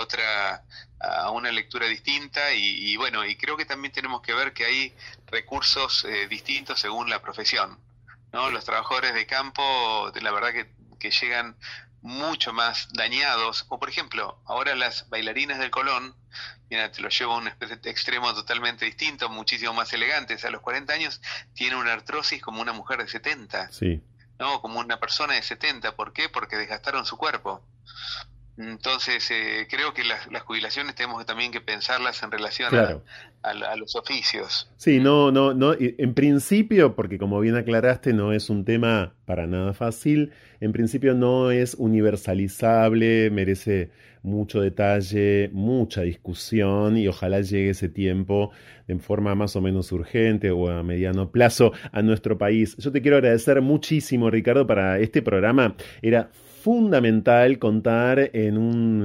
a una lectura distinta y creo que también tenemos que ver que hay recursos distintos según la profesión, ¿no? Los trabajadores de campo, la verdad que llegan mucho más dañados, o por ejemplo, ahora las bailarinas del Colón, mira, te lo llevo a un extremo totalmente distinto, muchísimo más elegantes, a los 40 años tienen una artrosis como una mujer de 70. Sí. No, como una persona de 70. ¿Por qué? Porque desgastaron su cuerpo. Entonces, creo que las jubilaciones tenemos también que pensarlas en relación a los oficios. Sí, no, en principio, porque como bien aclaraste, no es un tema para nada fácil, en principio no es universalizable, merece mucho detalle, mucha discusión, y ojalá llegue ese tiempo de forma más o menos urgente o a mediano plazo a nuestro país. Yo te quiero agradecer muchísimo, Ricardo. Para este programa era fundamental contar en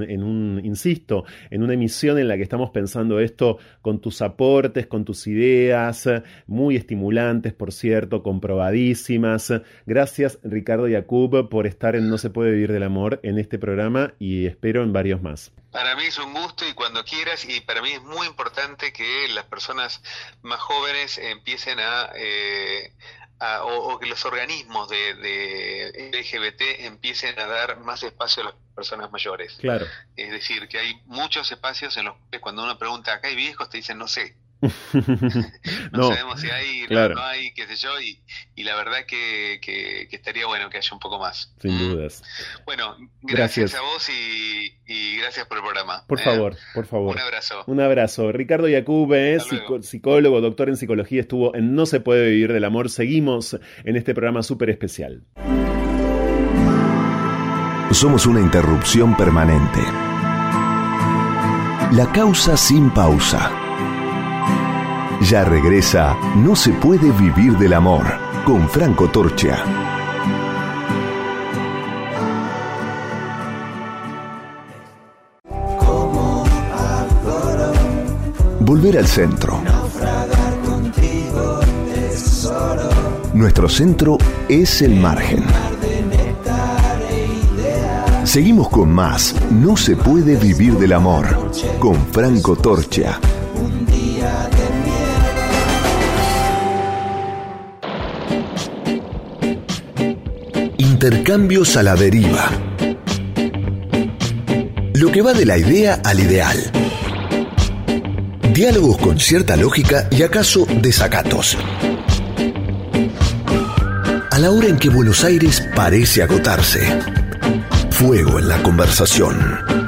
una emisión en la que estamos pensando esto, con tus aportes, con tus ideas, muy estimulantes, por cierto, comprobadísimas. Gracias, Ricardo Yacoub, por estar en No se puede vivir del amor en este programa, y espero en varios más. Para mí es un gusto, y cuando quieras, y para mí es muy importante que las personas más jóvenes empiecen o que los organismos de LGBT empiecen a dar más espacio a las personas mayores. Claro. Es decir, que hay muchos espacios en los que cuando uno pregunta, ¿acá hay viejos? Te dicen, no sé. No sabemos si hay, no hay, qué sé yo, y la verdad que estaría bueno que haya un poco más. Sin dudas. Bueno, gracias a vos y gracias por el programa. Por favor. Un abrazo. Un abrazo. Ricardo Yacoub es psicólogo, doctor en psicología, estuvo en No se puede vivir del amor. Seguimos en este programa súper especial. Somos una interrupción permanente. La causa sin pausa. Ya regresa No se puede vivir del amor con Franco Torcha. Volver al centro. Nuestro centro es el margen. Seguimos con más No se puede vivir del amor con Franco Torcha. Intercambios a la deriva. Lo que va de la idea al ideal. Diálogos con cierta lógica y acaso desacatos. A la hora en que Buenos Aires parece agotarse. Fuego en la conversación.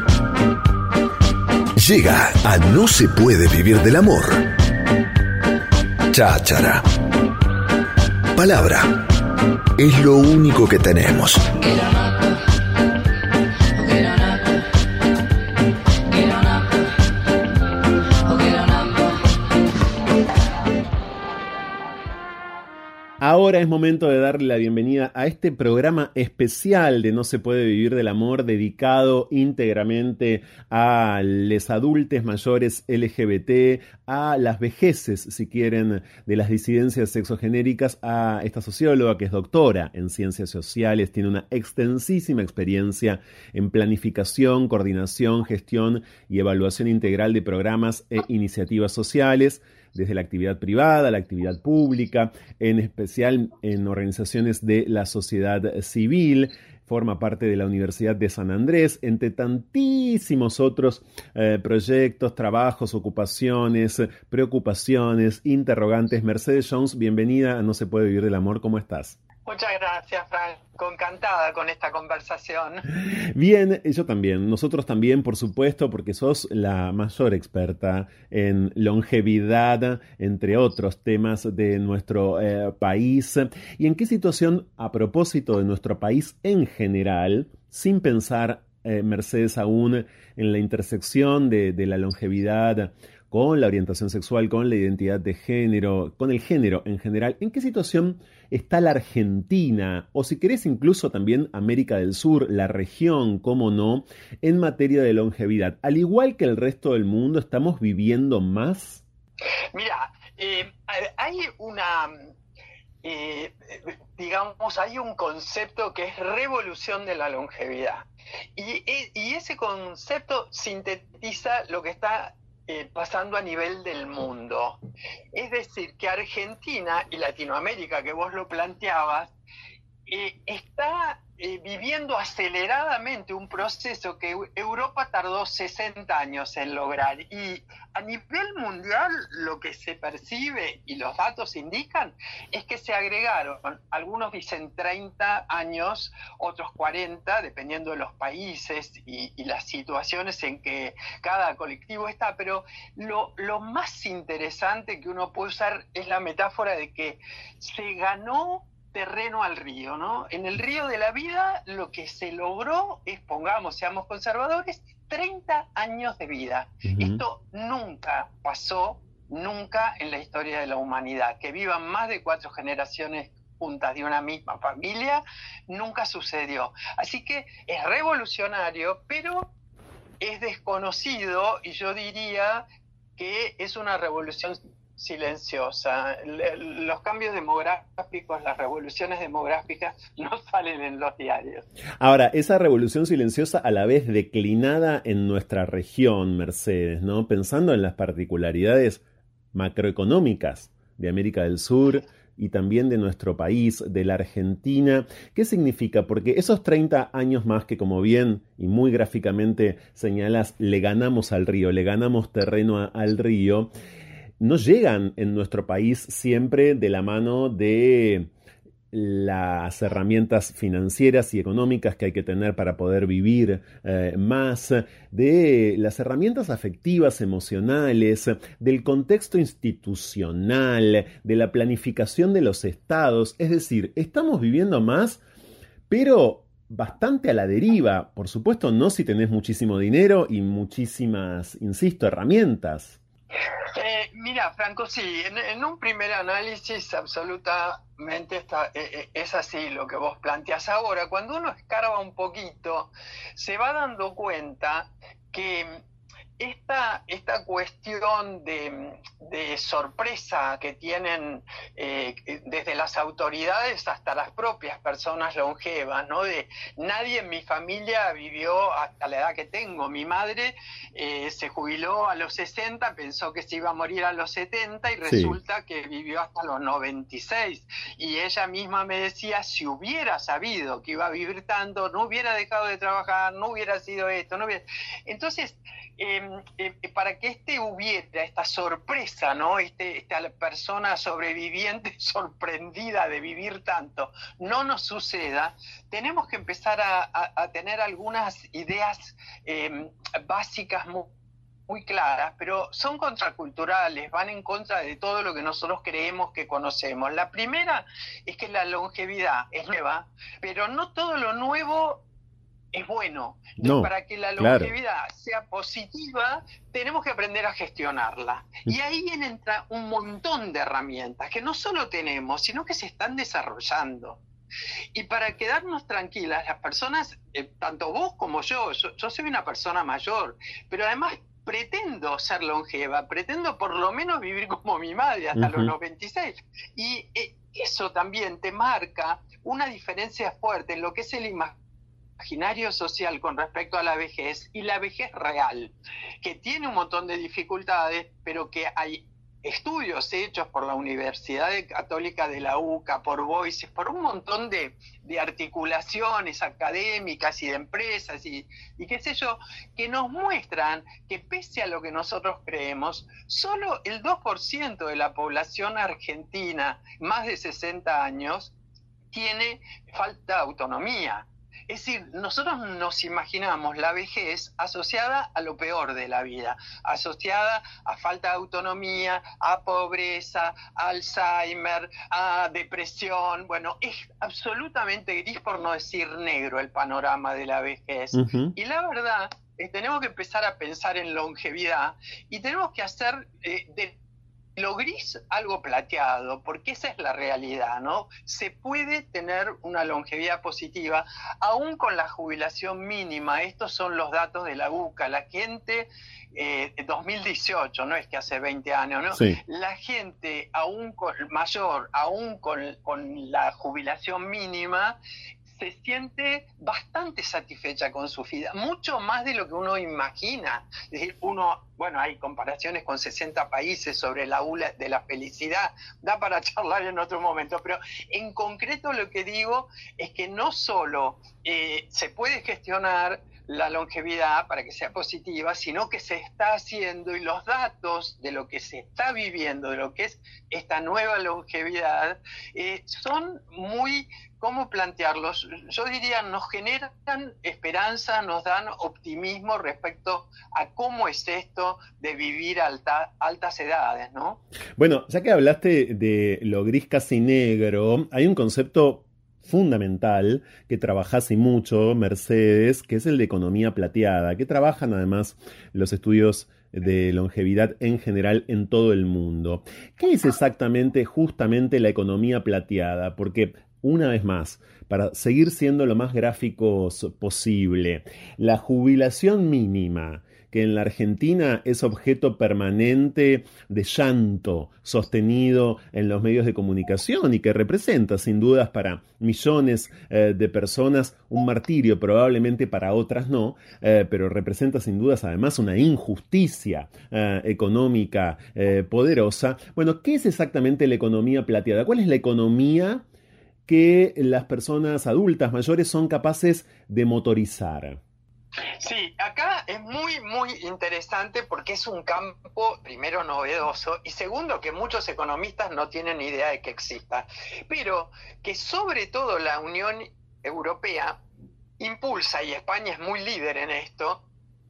Llega a No se puede vivir del amor. Cháchara. Palabra. Es lo único que tenemos. Ahora es momento de darle la bienvenida a este programa especial de No se puede vivir del amor, dedicado íntegramente a los adultos mayores LGBT, a las vejeces, si quieren, de las disidencias sexogenéricas, a esta socióloga que es doctora en ciencias sociales, tiene una extensísima experiencia en planificación, coordinación, gestión y evaluación integral de programas e iniciativas sociales, desde la actividad privada a la actividad pública, en especial en organizaciones de la sociedad civil. Forma parte de la Universidad de San Andrés, entre tantísimos otros proyectos, trabajos, ocupaciones, preocupaciones, interrogantes. Mercedes Jones, bienvenida a No se puede vivir del amor. ¿Cómo estás? Muchas gracias, Franco. Encantada con esta conversación. Bien, yo también. Nosotros también, por supuesto, porque sos la mayor experta en longevidad, entre otros temas de nuestro país. ¿Y en qué situación, a propósito de nuestro país en general, sin pensar, Mercedes, aún en la intersección de la longevidad con la orientación sexual, con la identidad de género, con el género en general, ¿en qué situación está la Argentina, o si querés incluso también América del Sur, la región, cómo no, en materia de longevidad? Al igual que el resto del mundo, ¿estamos viviendo más? Mira, hay hay un concepto que es revolución de la longevidad. Y ese concepto sintetiza lo que está pasando a nivel del mundo. Es decir, que Argentina y Latinoamérica, que vos lo planteabas, está viviendo aceleradamente un proceso que Europa tardó 60 años en lograr. Y a nivel mundial lo que se percibe y los datos indican es que se agregaron, algunos dicen 30 años, otros 40, dependiendo de los países y las situaciones en que cada colectivo está. Pero lo más interesante que uno puede usar es la metáfora de que se ganó terreno al río, ¿no? En el río de la vida lo que se logró es, seamos conservadores, 30 años de vida. Uh-huh. Esto nunca pasó, nunca en la historia de la humanidad. Que vivan más de 4 generaciones juntas de una misma familia, nunca sucedió. Así que es revolucionario, pero es desconocido, y yo diría que es una revolución silenciosa. Los cambios demográficos, las revoluciones demográficas no salen en los diarios. Ahora, esa revolución silenciosa a la vez declinada en nuestra región, Mercedes, ¿no? Pensando en las particularidades macroeconómicas de América del Sur y también de nuestro país, de la Argentina. ¿Qué significa? Porque esos 30 años más que, como bien y muy gráficamente señalas, le ganamos al río, le ganamos terreno al río, no llegan en nuestro país siempre de la mano de las herramientas financieras y económicas que hay que tener para poder vivir más, de las herramientas afectivas, emocionales, del contexto institucional, de la planificación de los estados. Es decir, estamos viviendo más, pero bastante a la deriva. Por supuesto, no si tenés muchísimo dinero y muchísimas, insisto, herramientas. Mira, Franco, sí, en un primer análisis absolutamente es así lo que vos planteás. Ahora, cuando uno escarba un poquito, se va dando cuenta que esta cuestión de sorpresa que tienen desde las autoridades hasta las propias personas longevas, ¿no? De nadie en mi familia vivió hasta la edad que tengo. Mi madre se jubiló a los 60, pensó que se iba a morir a los 70 y resulta que vivió hasta los 96. Y ella misma me decía, si hubiera sabido que iba a vivir tanto, no hubiera dejado de trabajar, no hubiera sido esto, no hubiera... Entonces, para que hubiera esta sorpresa, ¿no? Esta persona sobreviviente sorprendida de vivir tanto, no nos suceda, tenemos que empezar a tener algunas ideas básicas muy claras, pero son contraculturales, van en contra de todo lo que nosotros creemos que conocemos. La primera es que la longevidad es nueva, pero no todo lo nuevo es bueno. Entonces, para que la longevidad sea sea positiva, tenemos que aprender a gestionarla. Y ahí entra un montón de herramientas que no solo tenemos, sino que se están desarrollando. Y para quedarnos tranquilas, las personas, tanto vos como yo soy una persona mayor, pero además pretendo ser longeva, pretendo por lo menos vivir como mi madre hasta los 96. Y eso también te marca una diferencia fuerte en lo que es el imaginario social con respecto a la vejez y la vejez real, que tiene un montón de dificultades, pero que hay estudios hechos por la Universidad Católica de la UCA, por Voices, por un montón de articulaciones académicas y de empresas y qué sé yo, que nos muestran que pese a lo que nosotros creemos, solo el 2% de la población argentina, más de 60 años, tiene falta de autonomía. Es decir, nosotros nos imaginamos la vejez asociada a lo peor de la vida, asociada a falta de autonomía, a pobreza, a Alzheimer, a depresión. Bueno, es absolutamente gris, por no decir negro, el panorama de la vejez. Y la verdad es que tenemos que empezar a pensar en longevidad y tenemos que hacer de lo gris algo plateado, porque esa es la realidad, ¿no? Se puede tener una longevidad positiva aún con la jubilación mínima. Estos son los datos de la UCA. La gente, 2018, no es que hace 20 años, ¿no? Sí. La gente aún mayor, aún con la jubilación mínima, se siente bastante satisfecha con su vida, mucho más de lo que uno imagina. Es decir, hay comparaciones con 60 países sobre la ULA de la felicidad, da para charlar en otro momento, pero en concreto lo que digo es que no solo se puede gestionar la longevidad para que sea positiva, sino que se está haciendo, y los datos de lo que se está viviendo, de lo que es esta nueva longevidad, son muy, ¿cómo plantearlos? Yo diría, nos generan esperanza, nos dan optimismo respecto a cómo es esto de vivir altas edades, ¿no? Bueno, ya que hablaste de lo gris casi negro, hay un concepto fundamental que trabajás y mucho, Mercedes, que es el de economía plateada, que trabajan además los estudios de longevidad en general en todo el mundo. ¿Qué es exactamente, justamente, la economía plateada? Porque, una vez más, para seguir siendo lo más gráficos posible, la jubilación mínima, que en la Argentina es objeto permanente de llanto sostenido en los medios de comunicación y que representa sin dudas para millones de personas un martirio, probablemente para otras no, pero representa sin dudas además una injusticia económica poderosa. Bueno, ¿qué es exactamente la economía plateada? ¿Cuál es la economía que las personas adultas mayores son capaces de motorizar? Sí, acá es muy, muy interesante porque es un campo, primero, novedoso, y segundo, que muchos economistas no tienen idea de que exista, pero que sobre todo la Unión Europea impulsa, y España es muy líder en esto,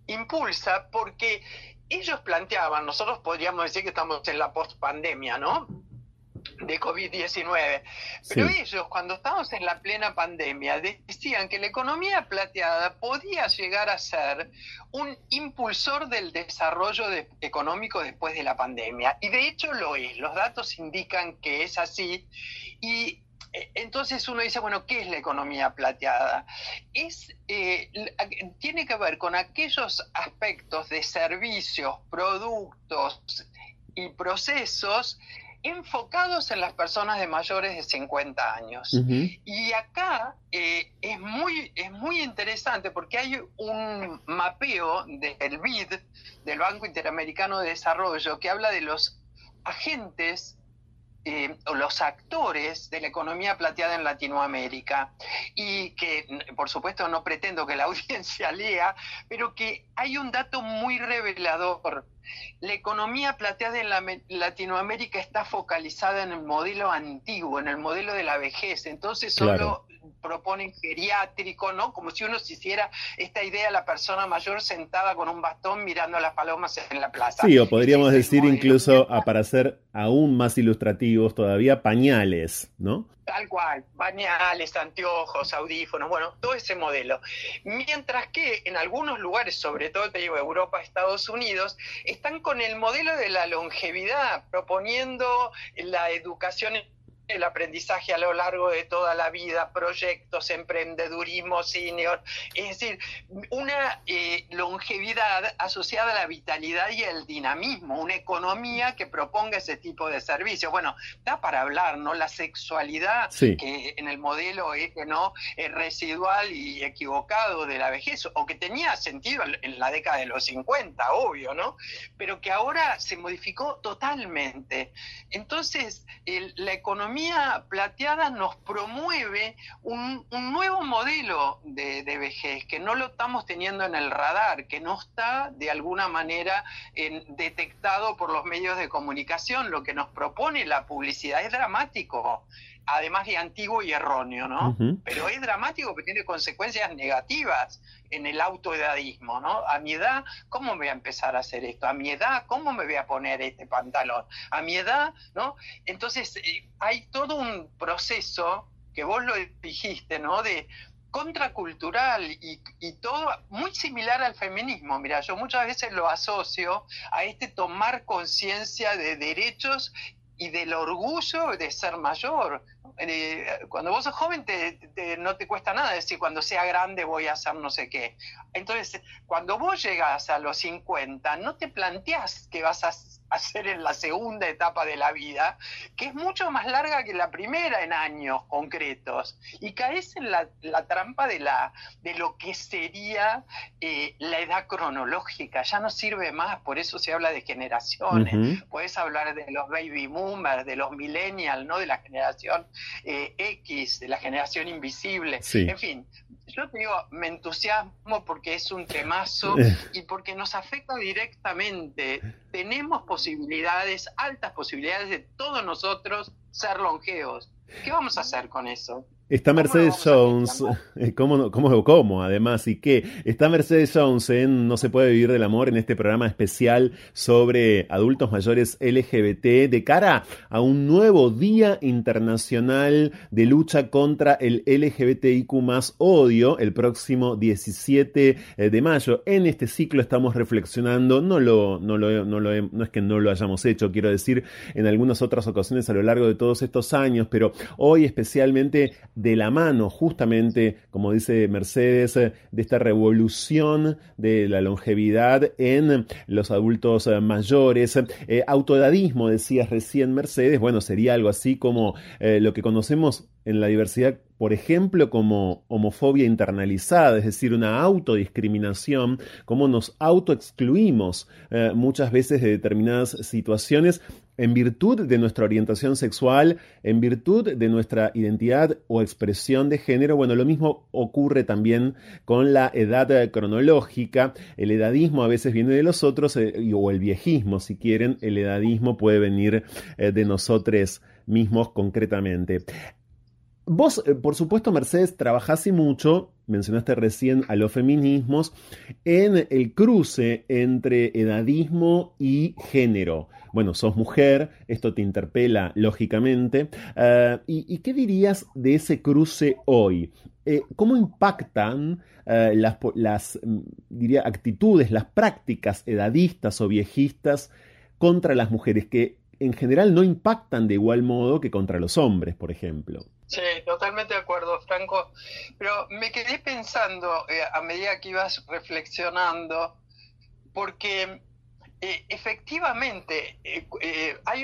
impulsa porque ellos planteaban, nosotros podríamos decir que estamos en la post-pandemia, ¿no?, de COVID-19, pero sí, ellos, cuando estábamos en la plena pandemia, decían que la economía plateada podía llegar a ser un impulsor del desarrollo económico después de la pandemia, y de hecho lo es. Los datos indican que es así, y entonces uno dice, bueno, ¿qué es la economía plateada? Tiene que ver con aquellos aspectos de servicios, productos y procesos enfocados en las personas de mayores de 50 años. Y acá es muy interesante porque hay un mapeo del BID, del Banco Interamericano de Desarrollo, que habla de los agentes o los actores de la economía plateada en Latinoamérica, y que por supuesto no pretendo que la audiencia lea, pero que hay un dato muy revelador. La economía plateada en Latinoamérica está focalizada en el modelo antiguo, en el modelo de la vejez. Entonces solo proponen geriátrico, ¿no? Como si uno se hiciera esta idea de la persona mayor sentada con un bastón mirando a las palomas en la plaza. Sí, o podríamos decir incluso, para ser aún más ilustrativos todavía, pañales, ¿no? Tal cual, bañales, anteojos, audífonos, bueno, todo ese modelo. Mientras que en algunos lugares, sobre todo te digo Europa, Estados Unidos, están con el modelo de la longevidad, proponiendo la educación, el aprendizaje a lo largo de toda la vida, proyectos, emprendedurismo senior, es decir, una longevidad asociada a la vitalidad y el dinamismo, una economía que proponga ese tipo de servicios. Bueno, da para hablar, ¿no? La sexualidad, sí, que en el modelo ¿no? Residual y equivocado de la vejez, o que tenía sentido en la década de los 50, obvio, ¿no? Pero que ahora se modificó totalmente. Entonces, la economía plateada nos promueve un nuevo modelo de vejez que no lo estamos teniendo en el radar, que no está de alguna manera detectado por los medios de comunicación. Lo que nos propone la publicidad es dramático, además de antiguo y erróneo, ¿no? Uh-huh. Pero es dramático porque tiene consecuencias negativas en el autoedadismo, ¿no? A mi edad, ¿cómo voy a empezar a hacer esto? A mi edad, ¿cómo me voy a poner este pantalón? A mi edad, ¿no? Entonces, hay todo un proceso, que vos lo dijiste, ¿no? De contracultural y todo muy similar al feminismo. Mira, yo muchas veces lo asocio a tomar conciencia de derechos y del orgullo de ser mayor. Cuando vos sos joven no te cuesta nada decir, cuando sea grande voy a hacer no sé qué. Entonces, cuando vos llegás a los 50, no te planteás qué vas a hacer en la segunda etapa de la vida, que es mucho más larga que la primera en años concretos, y caes en la trampa de lo que sería la edad cronológica. Ya no sirve más, por eso se habla de generaciones. Uh-huh. Podés hablar de los baby boomers, de los millennials, ¿no? De la generación X, de la generación invisible, sí. En fin, yo te digo, me entusiasmo porque es un temazo y porque nos afecta directamente. Tenemos posibilidades, altas posibilidades de todos nosotros ser longevos. ¿Qué vamos a hacer con eso? Está Mercedes Jones, ¿cómo? Además, ¿y qué? Está Mercedes Jones en No se puede vivir del amor, en este programa especial sobre adultos mayores LGBT, de cara a un nuevo Día Internacional de Lucha contra el LGBTIQ+ odio, el próximo 17 de mayo. En este ciclo estamos reflexionando, no es que no lo hayamos hecho, quiero decir, en algunas otras ocasiones a lo largo de todos estos años, pero hoy especialmente de la mano, justamente, como dice Mercedes, de esta revolución de la longevidad en los adultos mayores. Autoedadismo, decías recién, Mercedes, bueno, sería algo así como lo que conocemos en la diversidad, por ejemplo, como homofobia internalizada, es decir, una autodiscriminación, cómo nos autoexcluimos muchas veces de determinadas situaciones en virtud de nuestra orientación sexual, en virtud de nuestra identidad o expresión de género. Bueno, lo mismo ocurre también con la edad cronológica. El edadismo a veces viene de los otros, o el viejismo, si quieren. El edadismo puede venir de nosotros mismos concretamente. Vos, por supuesto, Mercedes, trabajás y mucho, mencionaste recién a los feminismos, en el cruce entre edadismo y género. Bueno, sos mujer, esto te interpela lógicamente. ¿Y qué dirías de ese cruce hoy? ¿Cómo impactan las diría, actitudes, las prácticas edadistas o viejistas contra las mujeres, que en general no impactan de igual modo que contra los hombres, por ejemplo? Sí, totalmente de acuerdo, Franco. Pero me quedé pensando a medida que ibas reflexionando, porque efectivamente hay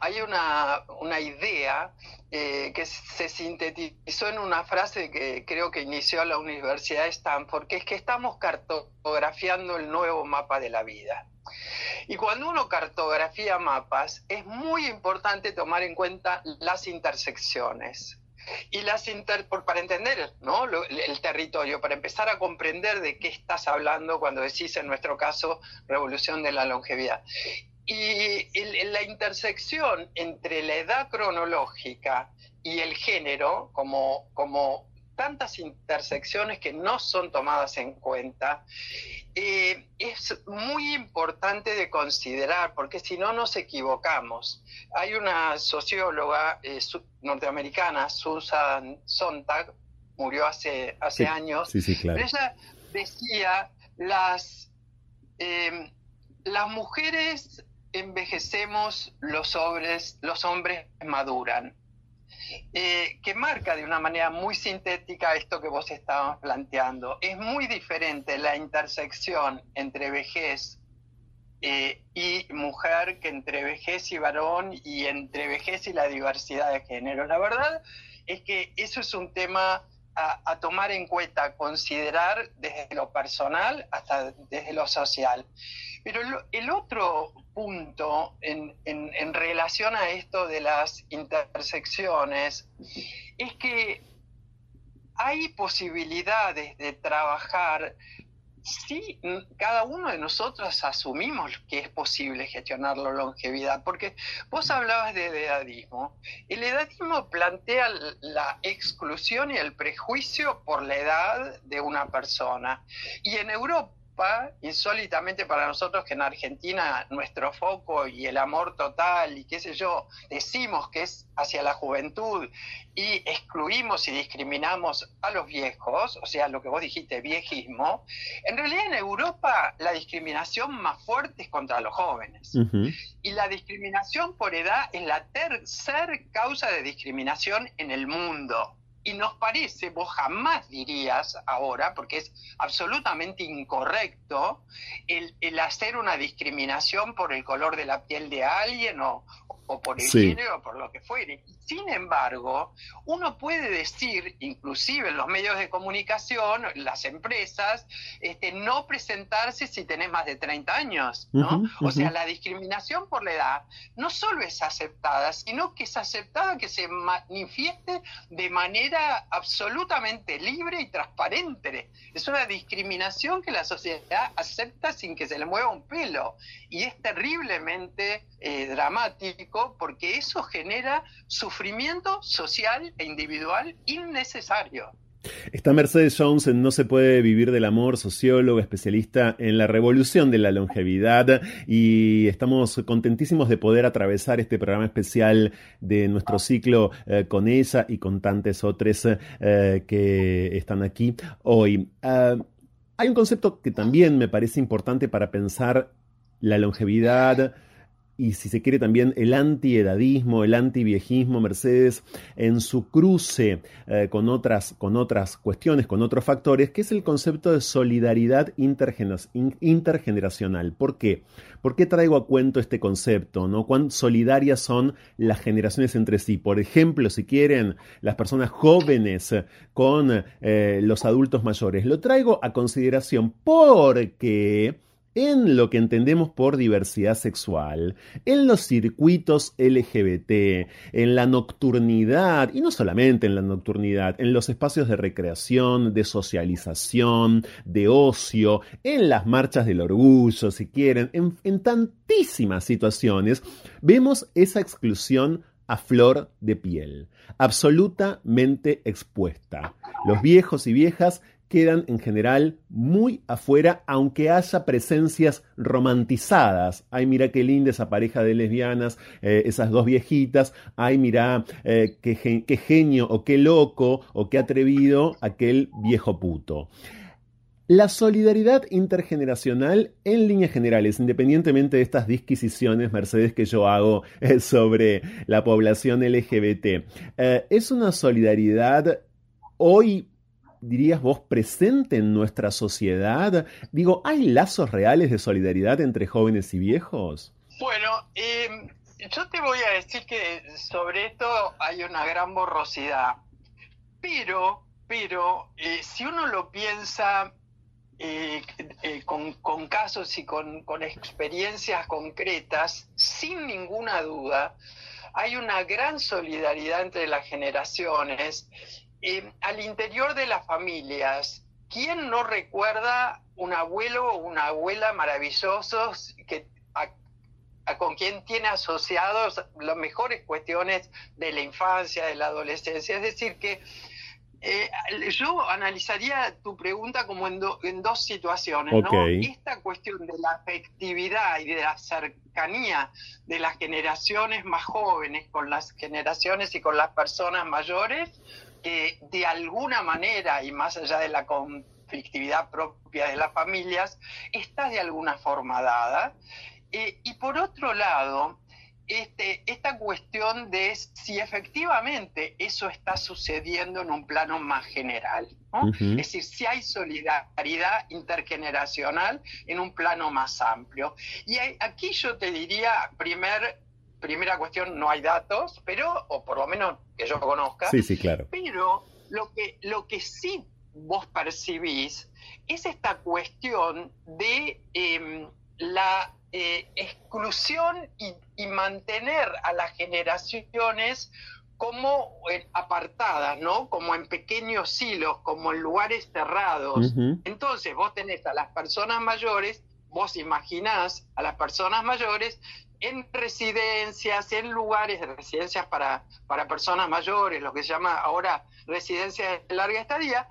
una idea que se sintetizó en una frase que creo que inició la Universidad de Stanford, que es que estamos cartografiando el nuevo mapa de la vida. Y cuando uno cartografía mapas, es muy importante tomar en cuenta las intersecciones. Y para entender, ¿no? el territorio, para empezar a comprender de qué estás hablando cuando decís, en nuestro caso, revolución de la longevidad. Y la intersección entre la edad cronológica y el género, como tantas intersecciones que no son tomadas en cuenta, es es muy importante de considerar, porque si no nos equivocamos. Hay una socióloga norteamericana, Susan Sontag, murió hace años, sí, claro. Pero ella decía, las mujeres envejecemos, los hombres maduran. Que marca de una manera muy sintética esto que vos estabas planteando. Es muy diferente la intersección entre vejez y mujer que entre vejez y varón y entre vejez y la diversidad de género. La verdad es que eso es un tema a tomar en cuenta, a considerar desde lo personal hasta desde lo social. Pero el otro punto en relación a esto de las intersecciones es que hay posibilidades de trabajar si cada uno de nosotros asumimos que es posible gestionar la longevidad, porque vos hablabas de edadismo. El edadismo plantea la exclusión y el prejuicio por la edad de una persona. Y en Europa, insólitamente para nosotros, que en Argentina nuestro foco y el amor total y qué sé yo, decimos que es hacia la juventud y excluimos y discriminamos a los viejos, o sea, lo que vos dijiste, viejismo, en realidad en Europa la discriminación más fuerte es contra los jóvenes. Uh-huh. Y la discriminación por edad es la tercera causa de discriminación en el mundo. Y nos parece, vos jamás dirías ahora, porque es absolutamente incorrecto, el hacer una discriminación por el color de la piel de alguien o por el género o por lo que fuere. Sin embargo, uno puede decir, inclusive en los medios de comunicación, las empresas, no presentarse si tenés más de 30 años, ¿no? Uh-huh, uh-huh. O sea, la discriminación por la edad no solo es aceptada, sino que es aceptada que se manifieste de manera absolutamente libre y transparente. Es una discriminación que la sociedad acepta sin que se le mueva un pelo. Y es terriblemente dramático, porque eso genera sufrimiento social e individual innecesario. Está Mercedes Jones en No se puede vivir del amor, socióloga, especialista en la revolución de la longevidad, y estamos contentísimos de poder atravesar este programa especial de nuestro ciclo con ella y con tantos otros que están aquí hoy. Hay un concepto que también me parece importante para pensar la longevidad y, si se quiere, también el antiedadismo, el antiviejismo, Mercedes, en su cruce con otras cuestiones, con otros factores, que es el concepto de solidaridad intergeneracional. ¿Por qué? ¿Por qué traigo a cuento este concepto, ¿no? ¿Cuán solidarias son las generaciones entre sí? Por ejemplo, si quieren, las personas jóvenes con los adultos mayores. Lo traigo a consideración porque en lo que entendemos por diversidad sexual, en los circuitos LGBT, en la nocturnidad, y no solamente en la nocturnidad, en los espacios de recreación, de socialización, de ocio, en las marchas del orgullo, si quieren, en tantísimas situaciones, vemos esa exclusión a flor de piel, absolutamente expuesta. Los viejos y viejas quedan en general muy afuera, aunque haya presencias romantizadas. Ay, mira qué linda esa pareja de lesbianas, esas dos viejitas. Ay, mira qué genio o qué loco o qué atrevido aquel viejo puto. La solidaridad intergeneracional, en líneas generales, independientemente de estas disquisiciones, Mercedes, que yo hago sobre la población LGBT, es una solidaridad hoy, dirías vos, presente en nuestra sociedad. Digo, ¿hay lazos reales de solidaridad entre jóvenes y viejos? Bueno, yo te voy a decir que sobre esto hay una gran borrosidad, pero si uno lo piensa con casos y con experiencias concretas, sin ninguna duda, hay una gran solidaridad entre las generaciones. Al interior de las familias, ¿quién no recuerda un abuelo o una abuela maravillosos con quien tiene asociados las mejores cuestiones de la infancia, de la adolescencia? Es decir, que Yo analizaría tu pregunta como en dos situaciones, ¿no? Esta cuestión de la afectividad y de la cercanía de las generaciones más jóvenes con las generaciones y con las personas mayores, que de alguna manera, y más allá de la conflictividad propia de las familias, está de alguna forma dada. Y por otro lado, esta cuestión de si efectivamente eso está sucediendo en un plano más general, ¿no? Uh-huh. Es decir, si hay solidaridad intergeneracional en un plano más amplio. Y aquí yo te diría, primera cuestión, no hay datos, o por lo menos que yo conozca, sí, claro. Pero lo que sí vos percibís es esta cuestión de la exclusión y mantener a las generaciones como apartadas, ¿no? Como en pequeños silos, como en lugares cerrados. Uh-huh. Entonces vos tenés a las personas mayores, vos imaginás a las personas mayores en residencias, en lugares de residencias para personas mayores, lo que se llama ahora residencia de larga estadía,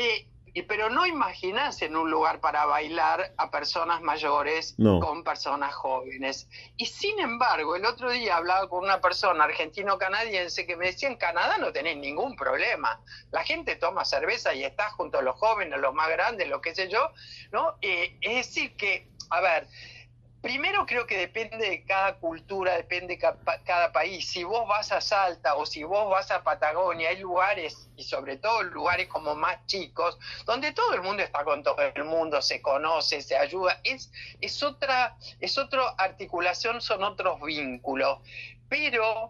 pero no imaginás en un lugar para bailar a personas mayores con personas jóvenes. Y sin embargo, el otro día hablaba con una persona argentino-canadiense que me decía, en Canadá no tenés ningún problema. La gente toma cerveza y está junto a los jóvenes, los más grandes, lo que sé yo, ¿no? Es decir que, a ver, primero creo que depende de cada cultura, depende de cada país. Si vos vas a Salta o si vos vas a Patagonia, hay lugares, y sobre todo lugares como más chicos, donde todo el mundo está con todo el mundo, se conoce, se ayuda. Es otra articulación, son otros vínculos. Pero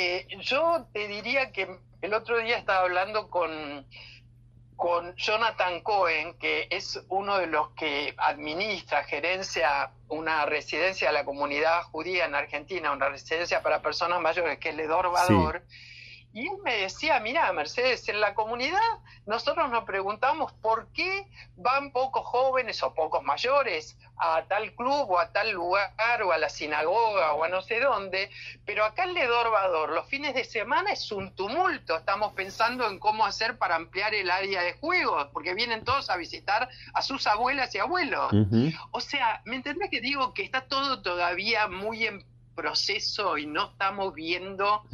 yo te diría que el otro día estaba hablando con Jonathan Cohen, que es uno de los que gerencia una residencia de la comunidad judía en Argentina, una residencia para personas mayores, que es Ledor Vador. Sí. Y él me decía, mira, Mercedes, en la comunidad nosotros nos preguntamos por qué van pocos jóvenes o pocos mayores a tal club o a tal lugar o a la sinagoga o a no sé dónde, pero acá en Ledor Vador los fines de semana es un tumulto, estamos pensando en cómo hacer para ampliar el área de juegos, porque vienen todos a visitar a sus abuelas y abuelos. Uh-huh. O sea, ¿me entendés que digo que está todo todavía muy en proceso y no estamos viendo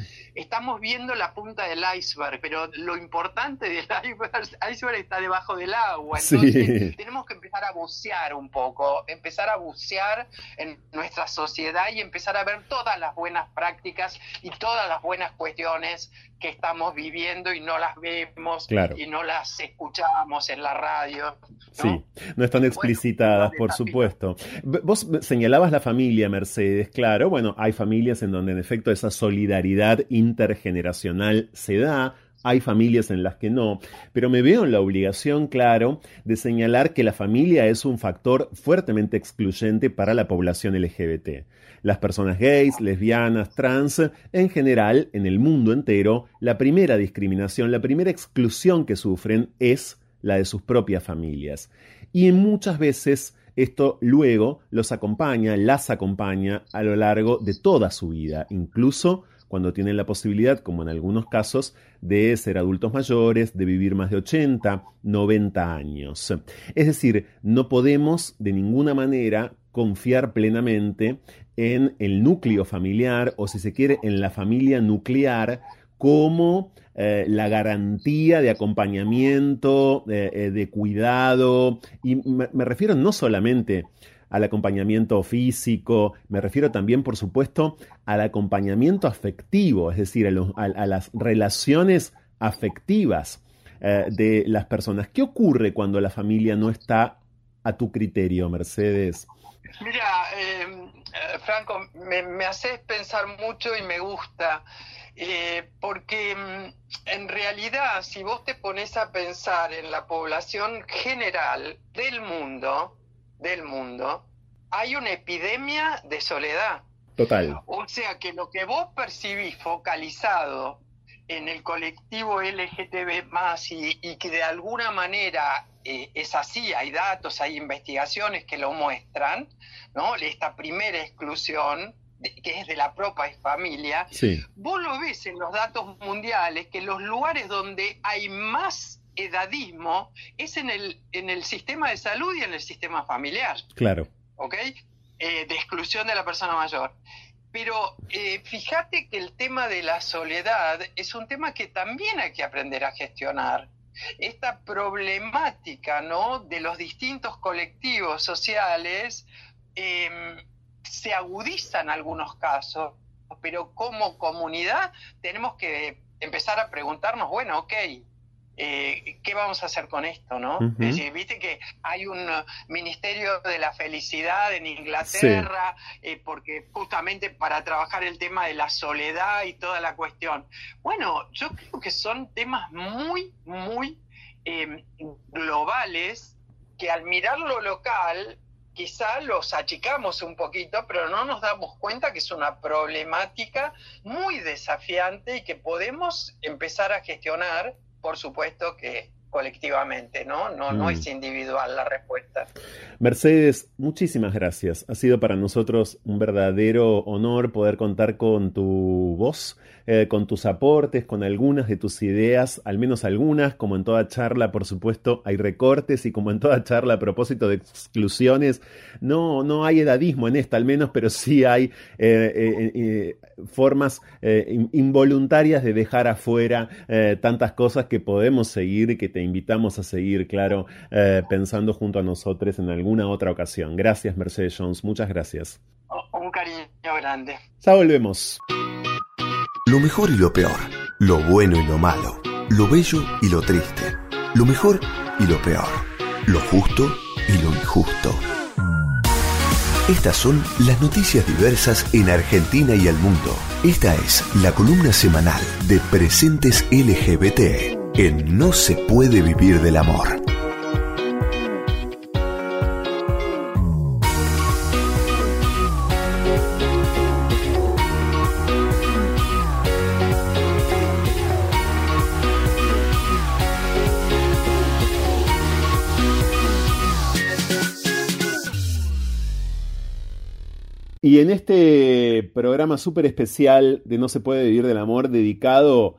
la punta del iceberg, pero lo importante del iceberg está debajo del agua, entonces tenemos que empezar a bucear un poco, empezar a bucear en nuestra sociedad y empezar a ver todas las buenas prácticas y todas las buenas cuestiones que estamos viviendo y no las vemos, claro, y no las escuchamos en la radio, ¿no? Sí, no están explicitadas, por supuesto. Vos señalabas la familia, Mercedes, claro, bueno, hay familias en donde en efecto esa solidaridad intergeneracional se da, hay familias en las que no, pero me veo en la obligación, claro, de señalar que la familia es un factor fuertemente excluyente para la población LGBT. Las personas gays, lesbianas, trans, en general, en el mundo entero, la primera discriminación, la primera exclusión que sufren es la de sus propias familias. Y muchas veces esto luego las acompaña a lo largo de toda su vida, incluso cuando tienen la posibilidad, como en algunos casos, de ser adultos mayores, de vivir más de 80, 90 años. Es decir, no podemos de ninguna manera confiar plenamente en el núcleo familiar, o si se quiere, en la familia nuclear, como la garantía de acompañamiento, de cuidado, y me refiero no solamente al acompañamiento físico, me refiero también, por supuesto, al acompañamiento afectivo, es decir, a las relaciones afectivas de las personas. ¿Qué ocurre cuando la familia no está a tu criterio, Mercedes? Mira, Franco, me haces pensar mucho y me gusta, porque en realidad, si vos te pones a pensar en la población general del mundo, hay una epidemia de soledad. Total. O sea que lo que vos percibís focalizado en el colectivo LGTB+, y que de alguna manera es así, hay datos, hay investigaciones que lo muestran, ¿no? Esta primera exclusión que es de la propia familia, Sí. vos lo ves en los datos mundiales, que los lugares donde hay más edadismo es en el sistema de salud y en el sistema familiar, Claro. ¿ok? De exclusión de la persona mayor. Pero fíjate que el tema de la soledad es un tema que también hay que aprender a gestionar. Esta problemática, ¿no?, de los distintos colectivos sociales se agudiza en algunos casos, pero como comunidad tenemos que empezar a preguntarnos, bueno, ok, ¿qué vamos a hacer con esto, no? Uh-huh. Es decir, viste que hay un Ministerio de la Felicidad en Inglaterra, porque justamente para trabajar el tema de la soledad y toda la cuestión. Bueno, yo creo que son temas muy, muy globales, que al mirar lo local quizá los achicamos un poquito, pero no nos damos cuenta que es una problemática muy desafiante y que podemos empezar a gestionar, por supuesto que colectivamente, ¿no? No es individual la respuesta. Mercedes, muchísimas gracias. Ha sido para nosotros un verdadero honor poder contar con tu voz, con tus aportes, con algunas de tus ideas, al menos algunas. Como en toda charla, por supuesto, hay recortes, y como en toda charla a propósito de exclusiones, no hay edadismo en esta al menos, pero sí hay formas involuntarias de dejar afuera tantas cosas que podemos seguir y que te invitamos a seguir, claro, pensando junto a nosotros en alguna otra ocasión. Gracias, Mercedes Jones, muchas gracias. Un cariño grande. Ya volvemos. Lo mejor y lo peor, lo bueno y lo malo, lo bello y lo triste, lo mejor y lo peor, lo justo y lo injusto. Estas son las noticias diversas en Argentina y el mundo. Esta es la columna semanal de Presentes LGBT en No se puede vivir del amor. Y en este programa súper especial de No se puede vivir del amor, dedicado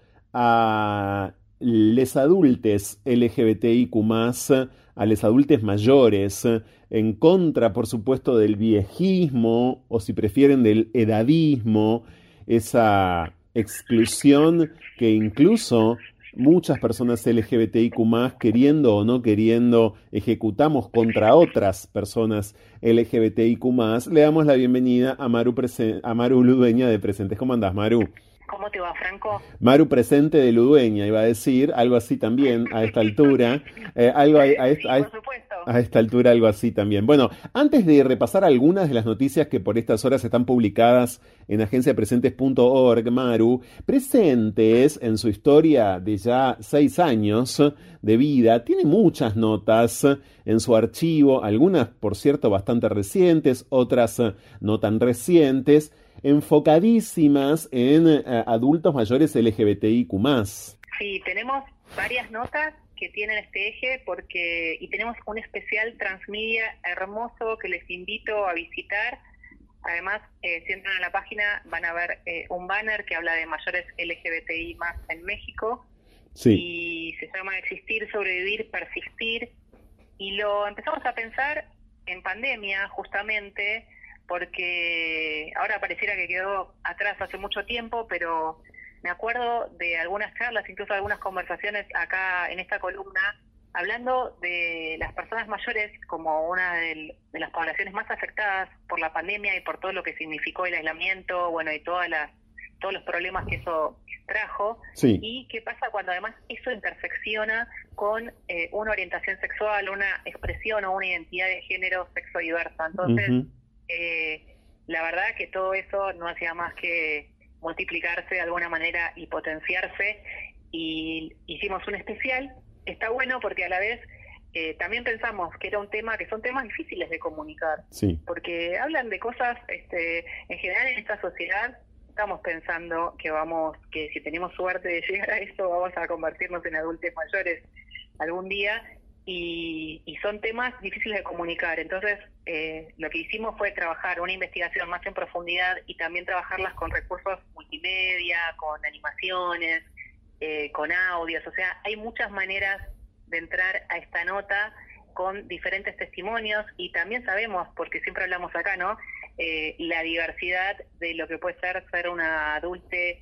a les adultes LGBTIQ+, a les adultes mayores, en contra, por supuesto, del viejismo, o si prefieren, del edadismo, esa exclusión que incluso muchas personas LGBTIQ+, queriendo o no queriendo, ejecutamos contra otras personas LGBTIQ+. Le damos la bienvenida a Maru Ludueña de Presentes. ¿Cómo andás, Maru? ¿Cómo te va, Franco? Maru Presente de Ludueña, iba a decir, algo así también a esta altura. Por supuesto. A esta altura algo así también. Bueno, antes de repasar algunas de las noticias que por estas horas están publicadas en agenciapresentes.org, Maru, Presentes, en su historia de ya 6 años de vida, tiene muchas notas en su archivo, algunas, por cierto, bastante recientes, otras no tan recientes, enfocadísimas en adultos mayores LGBTIQ+. Sí, tenemos varias notas que tienen este eje y tenemos un especial transmedia hermoso que les invito a visitar. Además, si entran a la página van a ver un banner que habla de mayores LGBTI+ en México. Sí. Y se llama Existir, Sobrevivir, Persistir. Y lo empezamos a pensar en pandemia, justamente, porque ahora pareciera que quedó atrás hace mucho tiempo, pero me acuerdo de algunas charlas, incluso algunas conversaciones acá en esta columna, hablando de las personas mayores como una de las poblaciones más afectadas por la pandemia y por todo lo que significó el aislamiento, bueno, y todos los problemas que eso trajo. Sí. Y qué pasa cuando además eso intersecciona con una orientación sexual, una expresión o una identidad de género sexodiversa. Entonces, la verdad que todo eso no hacía más que multiplicarse de alguna manera y potenciarse, y hicimos un especial. Está bueno porque a la vez también pensamos que era un tema, que son temas difíciles de comunicar, sí, porque hablan de cosas, en general en esta sociedad estamos pensando que si tenemos suerte de llegar a eso vamos a convertirnos en adultos mayores algún día, y son temas difíciles de comunicar. Entonces, lo que hicimos fue trabajar una investigación más en profundidad y también trabajarlas con recursos multimedia, con animaciones, con audios. O sea, hay muchas maneras de entrar a esta nota con diferentes testimonios, y también sabemos, porque siempre hablamos acá, ¿no?, la diversidad de lo que puede ser una adulte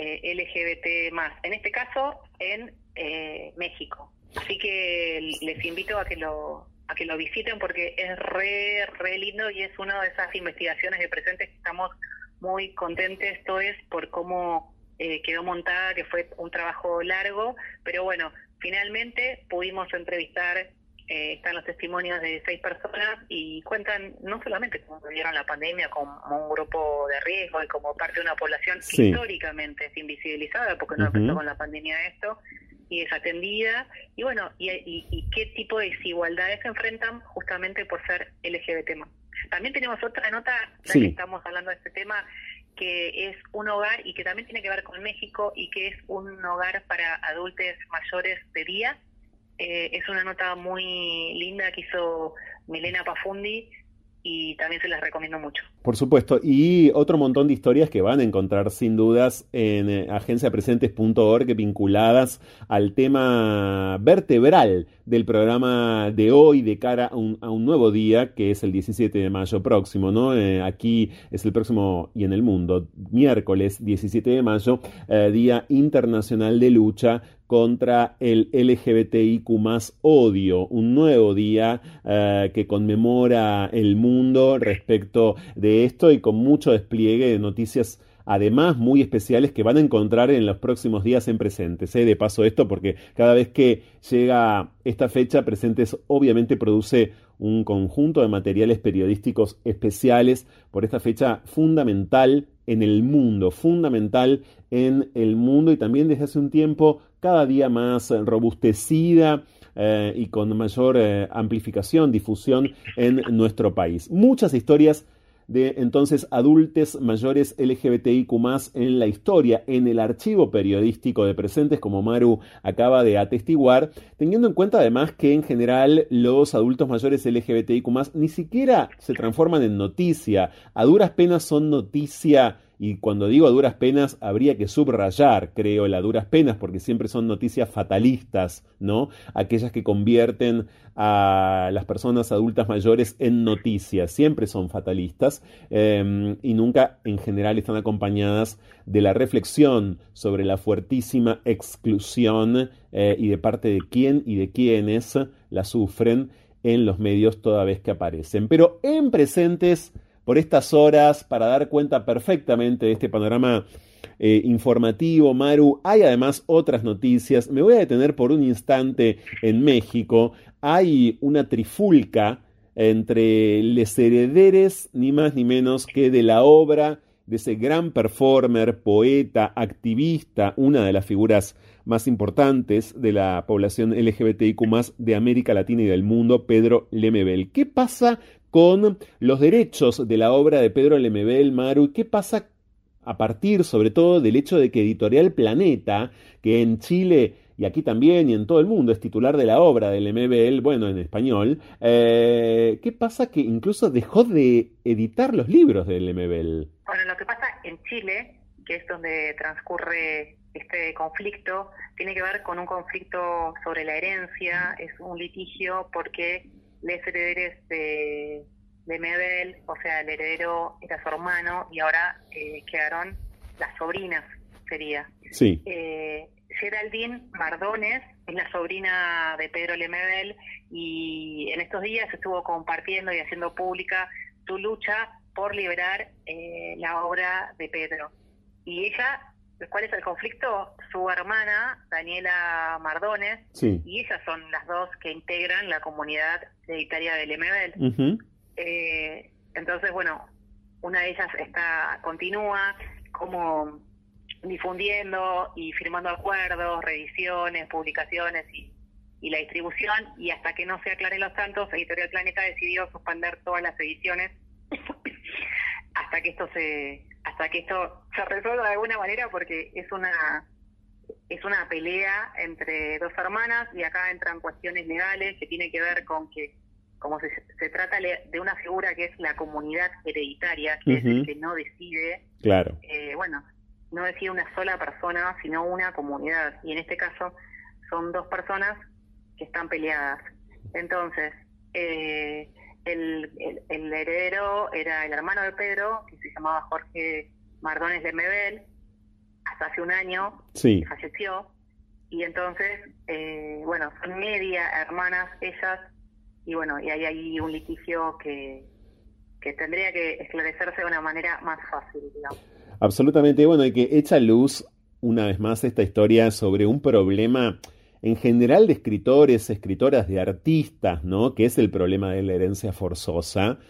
LGBT más, en este caso en México. Así que les invito a que lo visiten, porque es re lindo, y es una de esas investigaciones de Presentes que estamos muy contentes, por cómo quedó montada, que fue un trabajo largo, pero bueno, finalmente pudimos entrevistar, están los testimonios de 6 personas, y cuentan no solamente cómo vivieron la pandemia como un grupo de riesgo y como parte de una población que históricamente es invisibilizada, porque no empezó con la pandemia esto, y desatendida, y bueno, y qué tipo de desigualdades se enfrentan justamente por ser LGBT+. También tenemos otra nota, ya que estamos hablando de este tema, que es un hogar y que también tiene que ver con México, y que es un hogar para adultos mayores de día. Es una nota muy linda que hizo Milena Pafundi, y también se las recomiendo mucho. Por supuesto, y otro montón de historias que van a encontrar sin dudas en agenciapresentes.org, vinculadas al tema vertebral del programa de hoy, de cara a un nuevo día, que es el 17 de mayo próximo, ¿no? Aquí es el próximo, y en el mundo, miércoles 17 de mayo, Día Internacional de Lucha contra el LGBTIQ+ odio, un nuevo día que conmemora el mundo respecto de esto, y con mucho despliegue de noticias además muy especiales que van a encontrar en los próximos días en Presentes. De paso esto, porque cada vez que llega esta fecha, Presentes obviamente produce un conjunto de materiales periodísticos especiales por esta fecha fundamental en el mundo, y también desde hace un tiempo cada día más robustecida y con mayor amplificación, difusión en nuestro país. Muchas historias de entonces adultos mayores LGBTIQ+ en la historia, en el archivo periodístico de Presentes, como Maru acaba de atestiguar, teniendo en cuenta además que en general los adultos mayores LGBTIQ+ ni siquiera se transforman en noticia, a duras penas son noticia. Y cuando digo a duras penas, habría que subrayar, creo, el a duras penas, porque siempre son noticias fatalistas, ¿no? Aquellas que convierten a las personas adultas mayores en noticias, siempre son fatalistas, y nunca en general están acompañadas de la reflexión sobre la fuertísima exclusión y de parte de quién y de quiénes la sufren en los medios toda vez que aparecen. Pero en Presentes, por estas horas, para dar cuenta perfectamente de este panorama informativo, Maru, hay además otras noticias. Me voy a detener por un instante en México. Hay una trifulca entre les herederes, ni más ni menos que de la obra de ese gran performer, poeta, activista, una de las figuras más importantes de la población LGBTIQ+ de América Latina y del mundo, Pedro Lemebel. ¿Qué pasa con los derechos de la obra de Pedro Lemebel, Maru? ¿Qué pasa a partir, sobre todo, del hecho de que Editorial Planeta, que en Chile y aquí también y en todo el mundo es titular de la obra de Lemebel, bueno, en español, ¿qué pasa que incluso dejó de editar los libros de Lemebel? Bueno, lo que pasa en Chile, que es donde transcurre este conflicto, tiene que ver con un conflicto sobre la herencia, es un litigio porque los herederos de Lemebel, o sea, el heredero era su hermano, y ahora quedaron las sobrinas, sería. Sí. Geraldine Mardones es la sobrina de Pedro Lemebel, y en estos días estuvo compartiendo y haciendo pública su lucha por liberar la obra de Pedro. Y ella, ¿cuál es el conflicto? Su hermana, Daniela Mardones, sí, y ellas son las dos que integran la comunidad hereditaria de Lemebel. Uh-huh. Entonces, bueno, una de ellas continúa como difundiendo y firmando acuerdos, reediciones, publicaciones y la distribución, y hasta que no se aclaren los tantos, Editorial Planeta decidió suspender todas las ediciones hasta que esto se resuelva de alguna manera, porque es es una pelea entre dos hermanas, y acá entran cuestiones legales que tienen que ver con que, como se trata de una figura que es la comunidad hereditaria, que es el que no decide, claro, no decide una sola persona, sino una comunidad, y en este caso son dos personas que están peleadas. Entonces, el heredero era el hermano de Pedro, que se llamaba Jorge Mardones de Mebel, hasta hace un año, sí, falleció, y entonces, son media hermanas ellas, y y hay ahí un litigio que tendría que esclarecerse de una manera más fácil, digamos. Absolutamente. Bueno, y que echa luz una vez más esta historia sobre un problema en general de escritores, escritoras, de artistas, ¿no? Que es el problema de la herencia forzosa,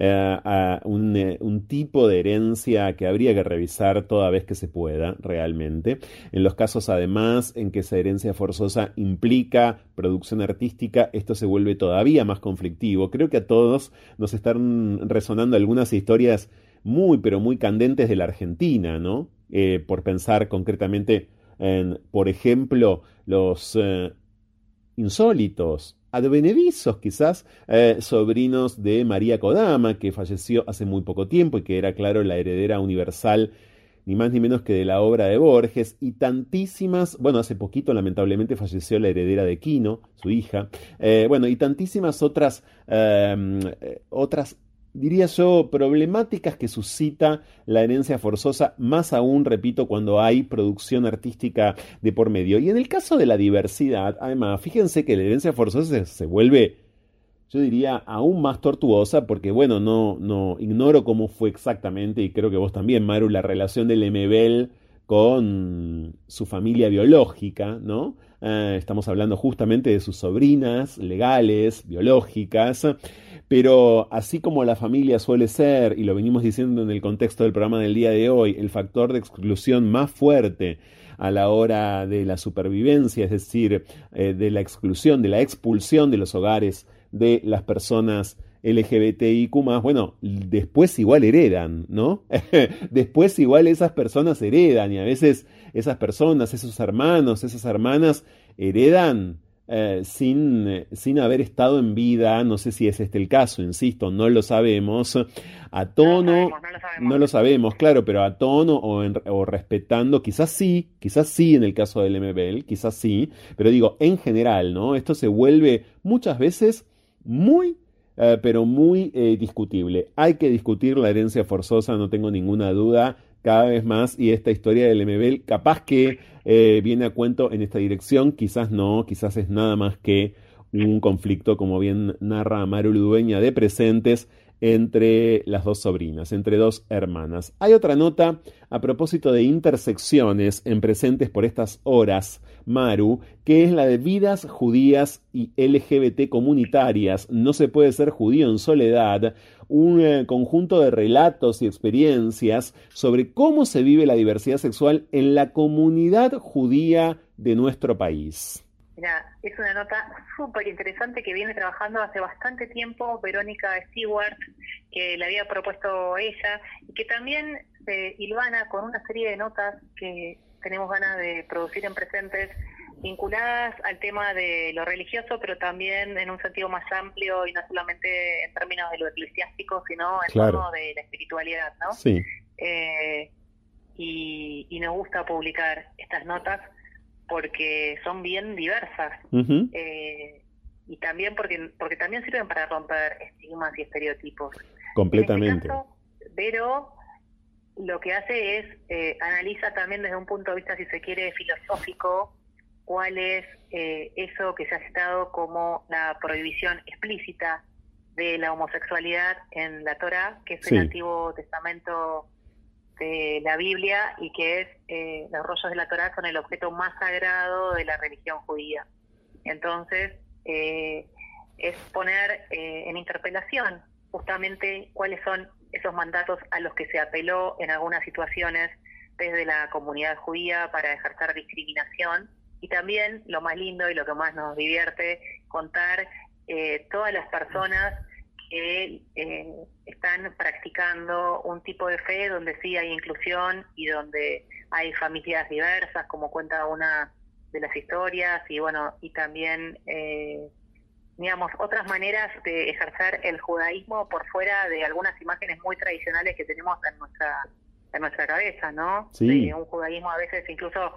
un tipo de herencia que habría que revisar toda vez que se pueda, realmente. En los casos, además, en que esa herencia forzosa implica producción artística, esto se vuelve todavía más conflictivo. Creo que a todos nos están resonando algunas historias muy, pero muy candentes de la Argentina, ¿no? Por pensar concretamente en, por ejemplo, los insólitos, advenedizos quizás, sobrinos de María Kodama, que falleció hace muy poco tiempo y que era, claro, la heredera universal, ni más ni menos que de la obra de Borges, y tantísimas, hace poquito lamentablemente falleció la heredera de Quino, su hija, y tantísimas otras, diría yo, problemáticas que suscita la herencia forzosa, más aún, repito, cuando hay producción artística de por medio. Y en el caso de la diversidad, además, fíjense que la herencia forzosa se vuelve, yo diría, aún más tortuosa, porque, no ignoro cómo fue exactamente, y creo que vos también, Maru, la relación del Lemebel con su familia biológica, ¿no? Estamos hablando justamente de sus sobrinas legales, biológicas, pero así como la familia suele ser, y lo venimos diciendo en el contexto del programa del día de hoy, el factor de exclusión más fuerte a la hora de la supervivencia, es decir, de la exclusión, de la expulsión de los hogares de las personas LGBTIQ+, después igual heredan, ¿no? Después igual esas personas heredan, y a veces esas personas, esos hermanos, esas hermanas heredan sin haber estado en vida. No sé si es este el caso, insisto, no lo sabemos, a tono, no lo sabemos, claro, pero a tono o respetando, quizás sí en el caso del MBL, quizás sí, pero digo, en general, ¿no? Esto se vuelve muchas veces muy pero muy discutible. Hay que discutir la herencia forzosa, no tengo ninguna duda, cada vez más, y esta historia del MBL capaz que viene a cuento en esta dirección, quizás no, quizás es nada más que un conflicto, como bien narra Maru Ludueña, de presentes entre las dos sobrinas, entre dos hermanas. Hay otra nota a propósito de intersecciones en presentes por estas horas, Maru, que es la de vidas judías y LGBT comunitarias. No se puede ser judío en soledad, un conjunto de relatos y experiencias sobre cómo se vive la diversidad sexual en la comunidad judía de nuestro país. Mira, es una nota súper interesante que viene trabajando hace bastante tiempo Verónica Stewart, que le había propuesto ella, y que también se hilvana con una serie de notas que tenemos ganas de producir en presentes, vinculadas al tema de lo religioso, pero también en un sentido más amplio y no solamente en términos de lo eclesiástico, sino en torno de la espiritualidad, ¿no? Sí. Y nos gusta publicar estas notas porque son bien diversas, Uh-huh. y también porque también sirven para romper estigmas y estereotipos. Completamente. En este caso, Vero lo que hace es analiza también desde un punto de vista, si se quiere, filosófico, cuál es eso que se ha citado como la prohibición explícita de la homosexualidad en la Torá, que es el Antiguo Testamento de la Biblia, y que es los rollos de la Torá son el objeto más sagrado de la religión judía. Entonces, es poner en interpelación justamente cuáles son esos mandatos a los que se apeló en algunas situaciones desde la comunidad judía para ejercer discriminación, y también lo más lindo y lo que más nos divierte, contar todas las personas que están practicando un tipo de fe donde sí hay inclusión y donde hay familias diversas, como cuenta una de las historias, y bueno, y también digamos, otras maneras de ejercer el judaísmo por fuera de algunas imágenes muy tradicionales que tenemos en nuestra cabeza, ¿no? Sí. De un judaísmo a veces incluso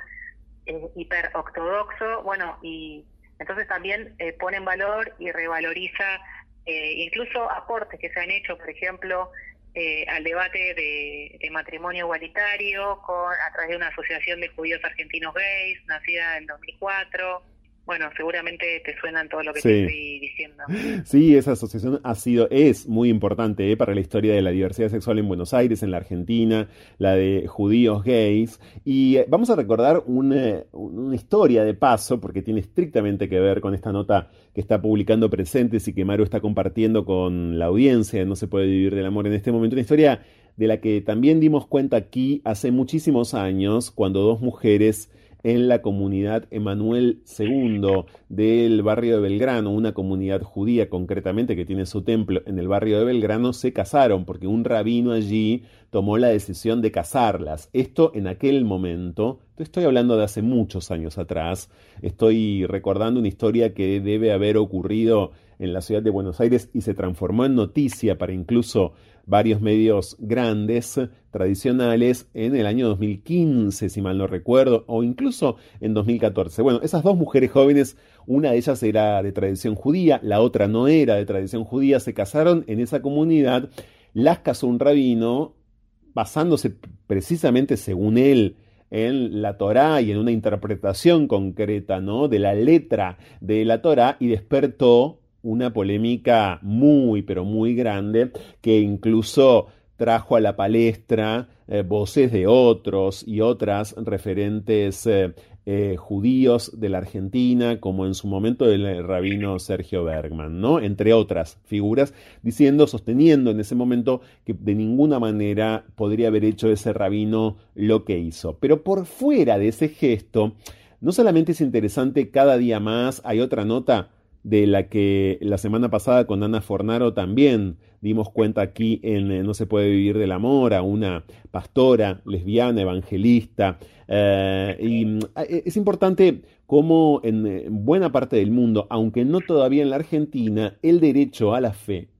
hiperortodoxo, bueno, y entonces también pone en valor y revaloriza incluso aportes que se han hecho, por ejemplo, al debate de matrimonio igualitario a través de una asociación de judíos argentinos gays, nacida en 2004. Bueno, seguramente te suenan todo lo que te estoy diciendo. Sí, esa asociación es muy importante para la historia de la diversidad sexual en Buenos Aires, en la Argentina, la de judíos gays. Y vamos a recordar una historia de paso, porque tiene estrictamente que ver con esta nota que está publicando Presentes y que Maru está compartiendo con la audiencia de No se puede vivir del amor en este momento. Una historia de la que también dimos cuenta aquí hace muchísimos años, cuando dos mujeres en la comunidad Emanuel II del barrio de Belgrano, una comunidad judía concretamente que tiene su templo en el barrio de Belgrano, se casaron porque un rabino allí tomó la decisión de casarlas. Esto en aquel momento, te estoy hablando de hace muchos años atrás, estoy recordando una historia que debe haber ocurrido en la ciudad de Buenos Aires y se transformó en noticia para incluso varios medios grandes, tradicionales, en el año 2015, si mal no recuerdo, o incluso en 2014. Bueno, esas dos mujeres jóvenes, una de ellas era de tradición judía, la otra no era de tradición judía, se casaron en esa comunidad, las casó un rabino, basándose precisamente, según él, en la Torá y en una interpretación concreta, ¿no?, de la letra de la Torá, y despertó una polémica muy, pero muy grande, que incluso trajo a la palestra voces de otros y otras referentes judíos de la Argentina, como en su momento el rabino Sergio Bergman, ¿no?, entre otras figuras, sosteniendo en ese momento que de ninguna manera podría haber hecho ese rabino lo que hizo. Pero por fuera de ese gesto, no solamente es interesante cada día más, hay otra nota de la que la semana pasada con Ana Fornaro también dimos cuenta aquí en No se puede vivir del amor, a una pastora lesbiana, evangelista, y es importante cómo en buena parte del mundo, aunque no todavía en la Argentina, el derecho a la fe,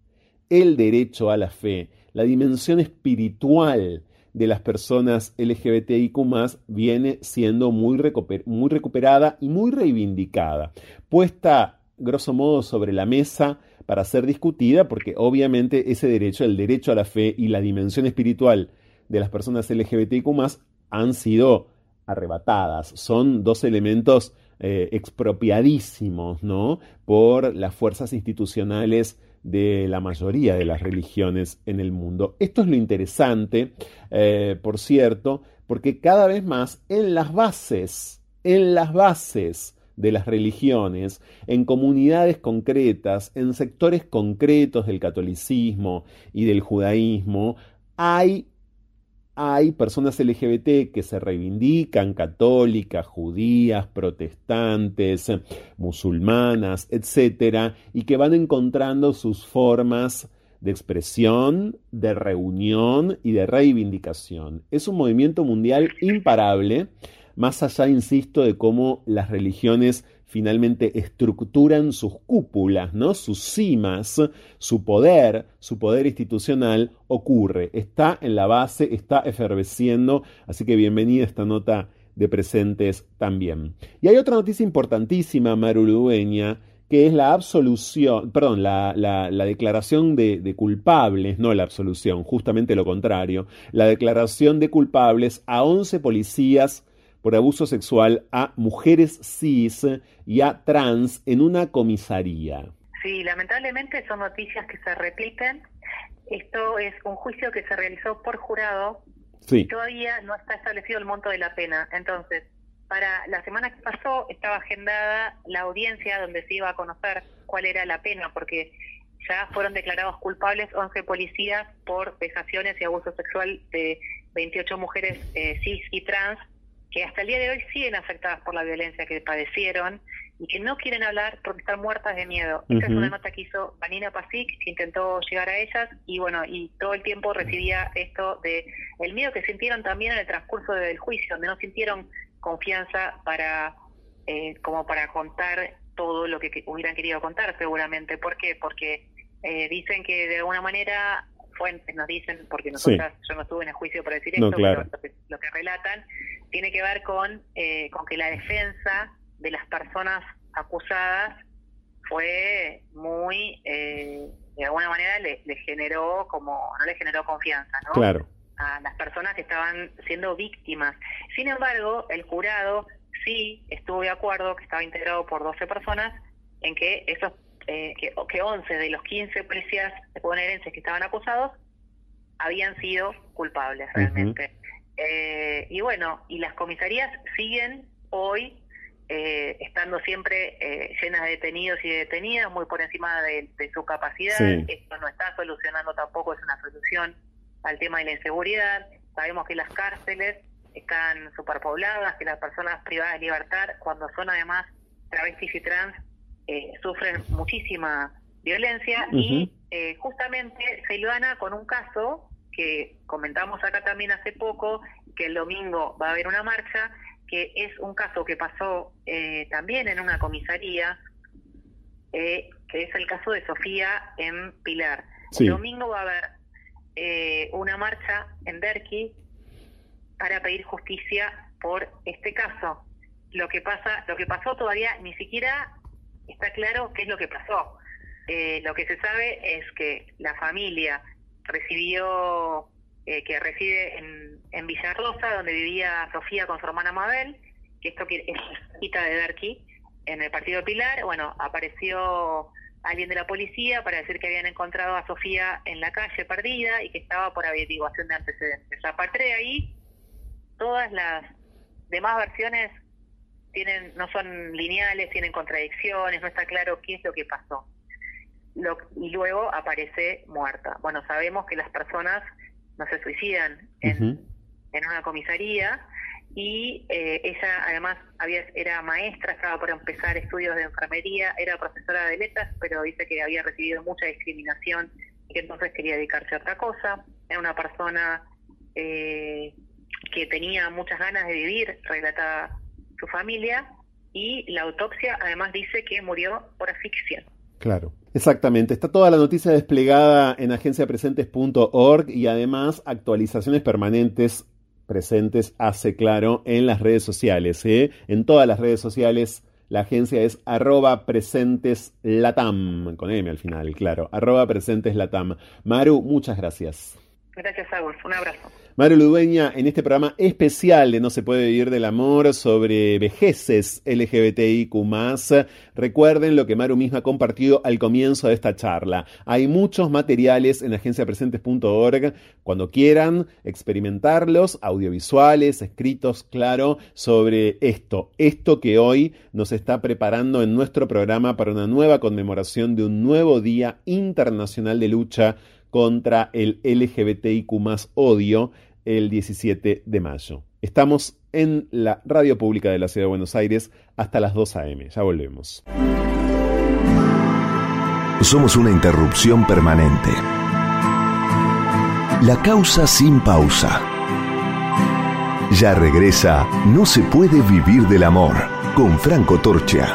la dimensión espiritual de las personas LGBTIQ+, viene siendo muy recuperada y muy reivindicada, puesta grosso modo sobre la mesa para ser discutida, porque obviamente ese derecho, el derecho a la fe y la dimensión espiritual de las personas LGBTIQ+, han sido arrebatadas. Son dos elementos expropiadísimos, ¿no?, por las fuerzas institucionales de la mayoría de las religiones en el mundo. Esto es lo interesante, por cierto, porque cada vez más en las bases de las religiones, en comunidades concretas, en sectores concretos del catolicismo y del judaísmo, hay personas LGBT que se reivindican católicas, judías, protestantes, musulmanas, etcétera, y que van encontrando sus formas de expresión, de reunión y de reivindicación. Es un movimiento mundial imparable, más allá, insisto, de cómo las religiones finalmente estructuran sus cúpulas, ¿no?, sus cimas, su poder institucional ocurre, está en la base, está efervesciendo, así que bienvenida esta nota de Presentes también. Y hay otra noticia importantísima, Maru Ludueña, que es la absolución, perdón, la declaración de culpables, no la absolución, justamente lo contrario, la declaración de culpables a 11 policías por abuso sexual a mujeres cis y a trans en una comisaría. Sí, lamentablemente son noticias que se repiten. Esto es un juicio que se realizó por jurado. Sí. Y todavía no está establecido el monto de la pena. Entonces, para la semana que pasó estaba agendada la audiencia donde se iba a conocer cuál era la pena, porque ya fueron declarados culpables 11 policías por vejaciones y abuso sexual de 28 mujeres cis y trans que hasta el día de hoy siguen afectadas por la violencia que padecieron y que no quieren hablar porque están muertas de miedo. Esta es una nota que hizo Vanina Pasic, que intentó llegar a ellas, y bueno, y todo el tiempo recibía esto de el miedo que sintieron también en el transcurso del juicio, donde no sintieron confianza para como para contar todo lo que hubieran querido contar, seguramente. ¿Por qué? Porque dicen que de alguna manera, fuentes nos dicen, porque nosotras, yo no estuve en el juicio para decir esto, claro. pero lo que relatan tiene que ver con que la defensa de las personas acusadas fue muy, de alguna manera le generó no le generó confianza, ¿no? Claro. A las personas que estaban siendo víctimas. Sin embargo, el jurado sí estuvo de acuerdo, que estaba integrado por 12 personas, en que esos que 11 de los 15 policías bonaerenses que estaban acusados habían sido culpables realmente. Y bueno, y las comisarías siguen hoy estando siempre llenas de detenidos y de detenidas, muy por encima de su capacidad. Sí. Esto no está solucionando tampoco, es una solución al tema de la inseguridad. Sabemos que las cárceles están superpobladas, que las personas privadas de libertad, cuando son además travestis y trans, sufren muchísima violencia. Y justamente se ilvana con un caso que comentamos acá también hace poco, que el domingo va a haber una marcha, que es un caso que pasó también en una comisaría, que es el caso de Sofía en Pilar. Sí. El domingo va a haber una marcha en Derqui para pedir justicia por este caso. Lo que pasó todavía ni siquiera está claro qué es lo que pasó. Lo que se sabe es que la familia recibió, que reside en Villarrosa, donde vivía Sofía con su hermana Mabel, que esto es cerquita de Derqui, en el partido Pilar. Bueno, apareció alguien de la policía para decir que habían encontrado a Sofía en la calle perdida y que estaba por averiguación de antecedentes. A partir de ahí, todas las demás versiones no son lineales, tienen contradicciones, no está claro qué es lo que pasó. Y luego aparece muerta. Bueno, sabemos que las personas no se suicidan en una comisaría, y ella además era maestra, estaba por empezar estudios de enfermería, era profesora de letras, pero dice que había recibido mucha discriminación y que entonces quería dedicarse a otra cosa. Era una persona que tenía muchas ganas de vivir, relata su familia, y la autopsia además dice que murió por asfixia. Claro, exactamente. Está toda la noticia desplegada en agenciapresentes.org y además actualizaciones permanentes presentes, hace claro, en las redes sociales. En todas las redes sociales la agencia es @presenteslatam, con M al final, claro, @presenteslatam. Maru, muchas gracias. Gracias, Agus. Un abrazo. Maru Ludueña, en este programa especial de No se puede vivir del amor sobre vejeces LGBTIQ+. Recuerden lo que Maru misma compartió al comienzo de esta charla. Hay muchos materiales en agenciapresentes.org. Cuando quieran experimentarlos, audiovisuales, escritos, claro, sobre esto que hoy nos está preparando en nuestro programa para una nueva conmemoración de un nuevo Día Internacional de Lucha contra el LGBTIQ+ odio, el 17 de mayo. Estamos en la radio pública de la Ciudad de Buenos Aires hasta las 2 a.m. Ya volvemos. Somos una interrupción permanente. La causa sin pausa. Ya regresa No se puede vivir del amor, con Franco Torcha.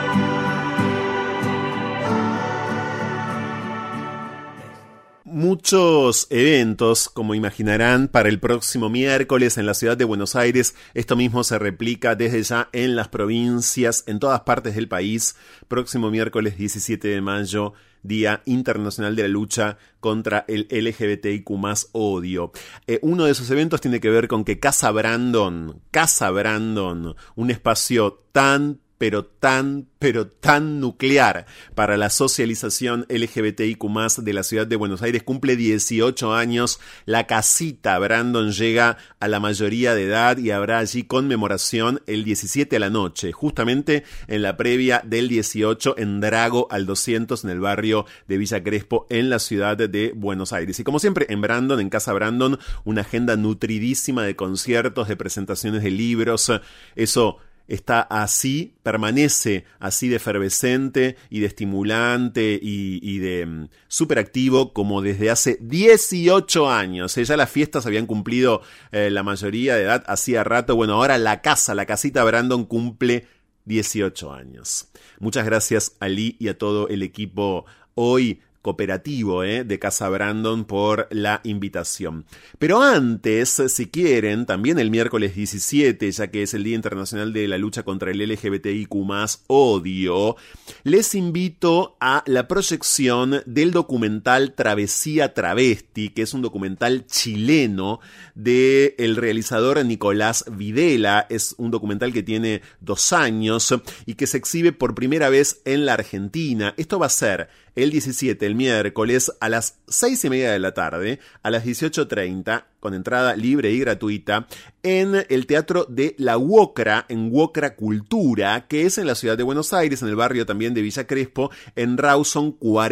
Muchos eventos, como imaginarán, para el próximo miércoles en la ciudad de Buenos Aires. Esto mismo se replica desde ya en las provincias, en todas partes del país. Próximo miércoles 17 de mayo, Día Internacional de la Lucha contra el LGBTIQ+ odio. Uno de esos eventos tiene que ver con que Casa Brandon, un espacio tan pero tan nuclear para la socialización LGBTIQ+, de la ciudad de Buenos Aires. Cumple 18 años, la casita Brandon llega a la mayoría de edad y habrá allí conmemoración el 17 a la noche, justamente en la previa del 18 en Drago al 200 en el barrio de Villa Crespo en la ciudad de Buenos Aires. Y como siempre en Brandon, en Casa Brandon, una agenda nutridísima de conciertos, de presentaciones de libros, eso está así, permanece así de efervescente y de estimulante y de súper activo como desde hace 18 años. Ya las fiestas habían cumplido la mayoría de edad hacía rato. Bueno, ahora la casita Brandon cumple 18 años. Muchas gracias a Lee y a todo el equipo hoy cooperativo de Casa Brandon por la invitación. Pero antes, si quieren, también el miércoles 17, ya que es el Día Internacional de la Lucha contra el LGBTIQ+, odio, les invito a la proyección del documental Travesía Travesti, que es un documental chileno del realizador Nicolás Videla. Es un documental que tiene 2 años y que se exhibe por primera vez en la Argentina. Esto va a ser el 17, el miércoles, a las 6:30 de la tarde, a las 18:30, con entrada libre y gratuita, en el Teatro de la UOCRA, en UOCRA Cultura, que es en la ciudad de Buenos Aires, en el barrio también de Villa Crespo, en Rawson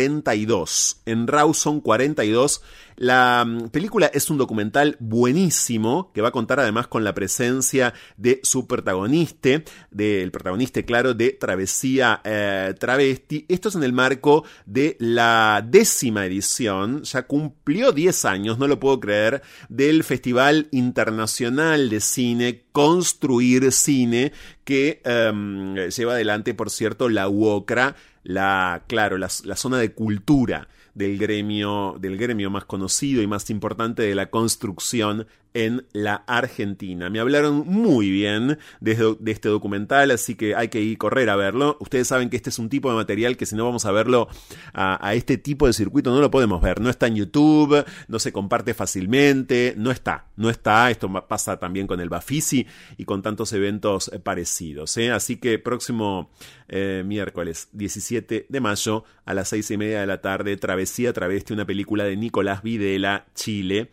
42. En Rawson 42, la película es un documental buenísimo, que va a contar además con la presencia de su protagonista, del protagonista, claro, de Travesía Travesti. Esto es en el marco de la 10ª edición, ya cumplió 10 años, no lo puedo creer, del Festival Internacional de Cine Construir Cine, que lleva adelante, por cierto, la UOCRA, la zona de cultura del gremio más conocido y más importante de la construcción en la Argentina. Me hablaron muy bien de este documental, así que hay que correr a verlo. Ustedes saben que este es un tipo de material que si no vamos a verlo a este tipo de circuito no lo podemos ver. No está en YouTube, no se comparte fácilmente, no está. Esto pasa también con el Bafisi y con tantos eventos parecidos. Así que próximo miércoles 17 de mayo a las 6:30 de la tarde, Travesía Travesti, una película de Nicolás Videla, Chile,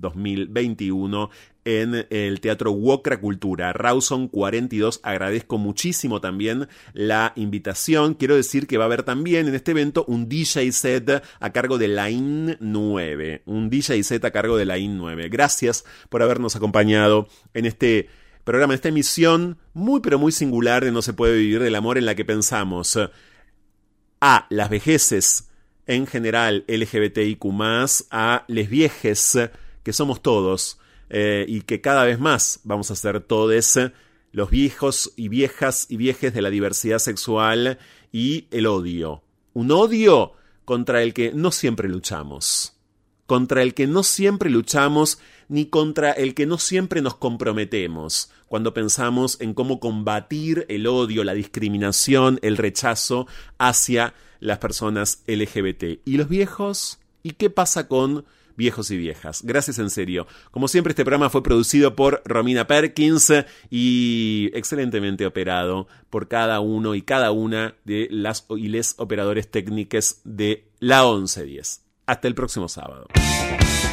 2021, en el Teatro UOCRA Cultura, Rawson 42. Agradezco muchísimo también la invitación. Quiero decir que va a haber también en este evento un DJ set a cargo de Line 9. Un DJ set a cargo de Line 9. Gracias por habernos acompañado en este programa, en esta emisión muy pero muy singular de No se puede vivir del amor, en la que pensamos a las vejeces en general LGBTIQ+, a les viejes que somos todos, y que cada vez más vamos a ser todes, los viejos y viejas y viejes de la diversidad sexual, y el odio. Un odio contra el que no siempre luchamos. Contra el que no siempre luchamos, ni contra el que no siempre nos comprometemos cuando pensamos en cómo combatir el odio, la discriminación, el rechazo hacia las personas LGBT. ¿Y los viejos? ¿Y qué pasa con viejos y viejas? Gracias en serio. Como siempre, este programa fue producido por Romina Perkins y excelentemente operado por cada uno y cada una de las y les operadores técnicos de la 1110. Hasta el próximo sábado.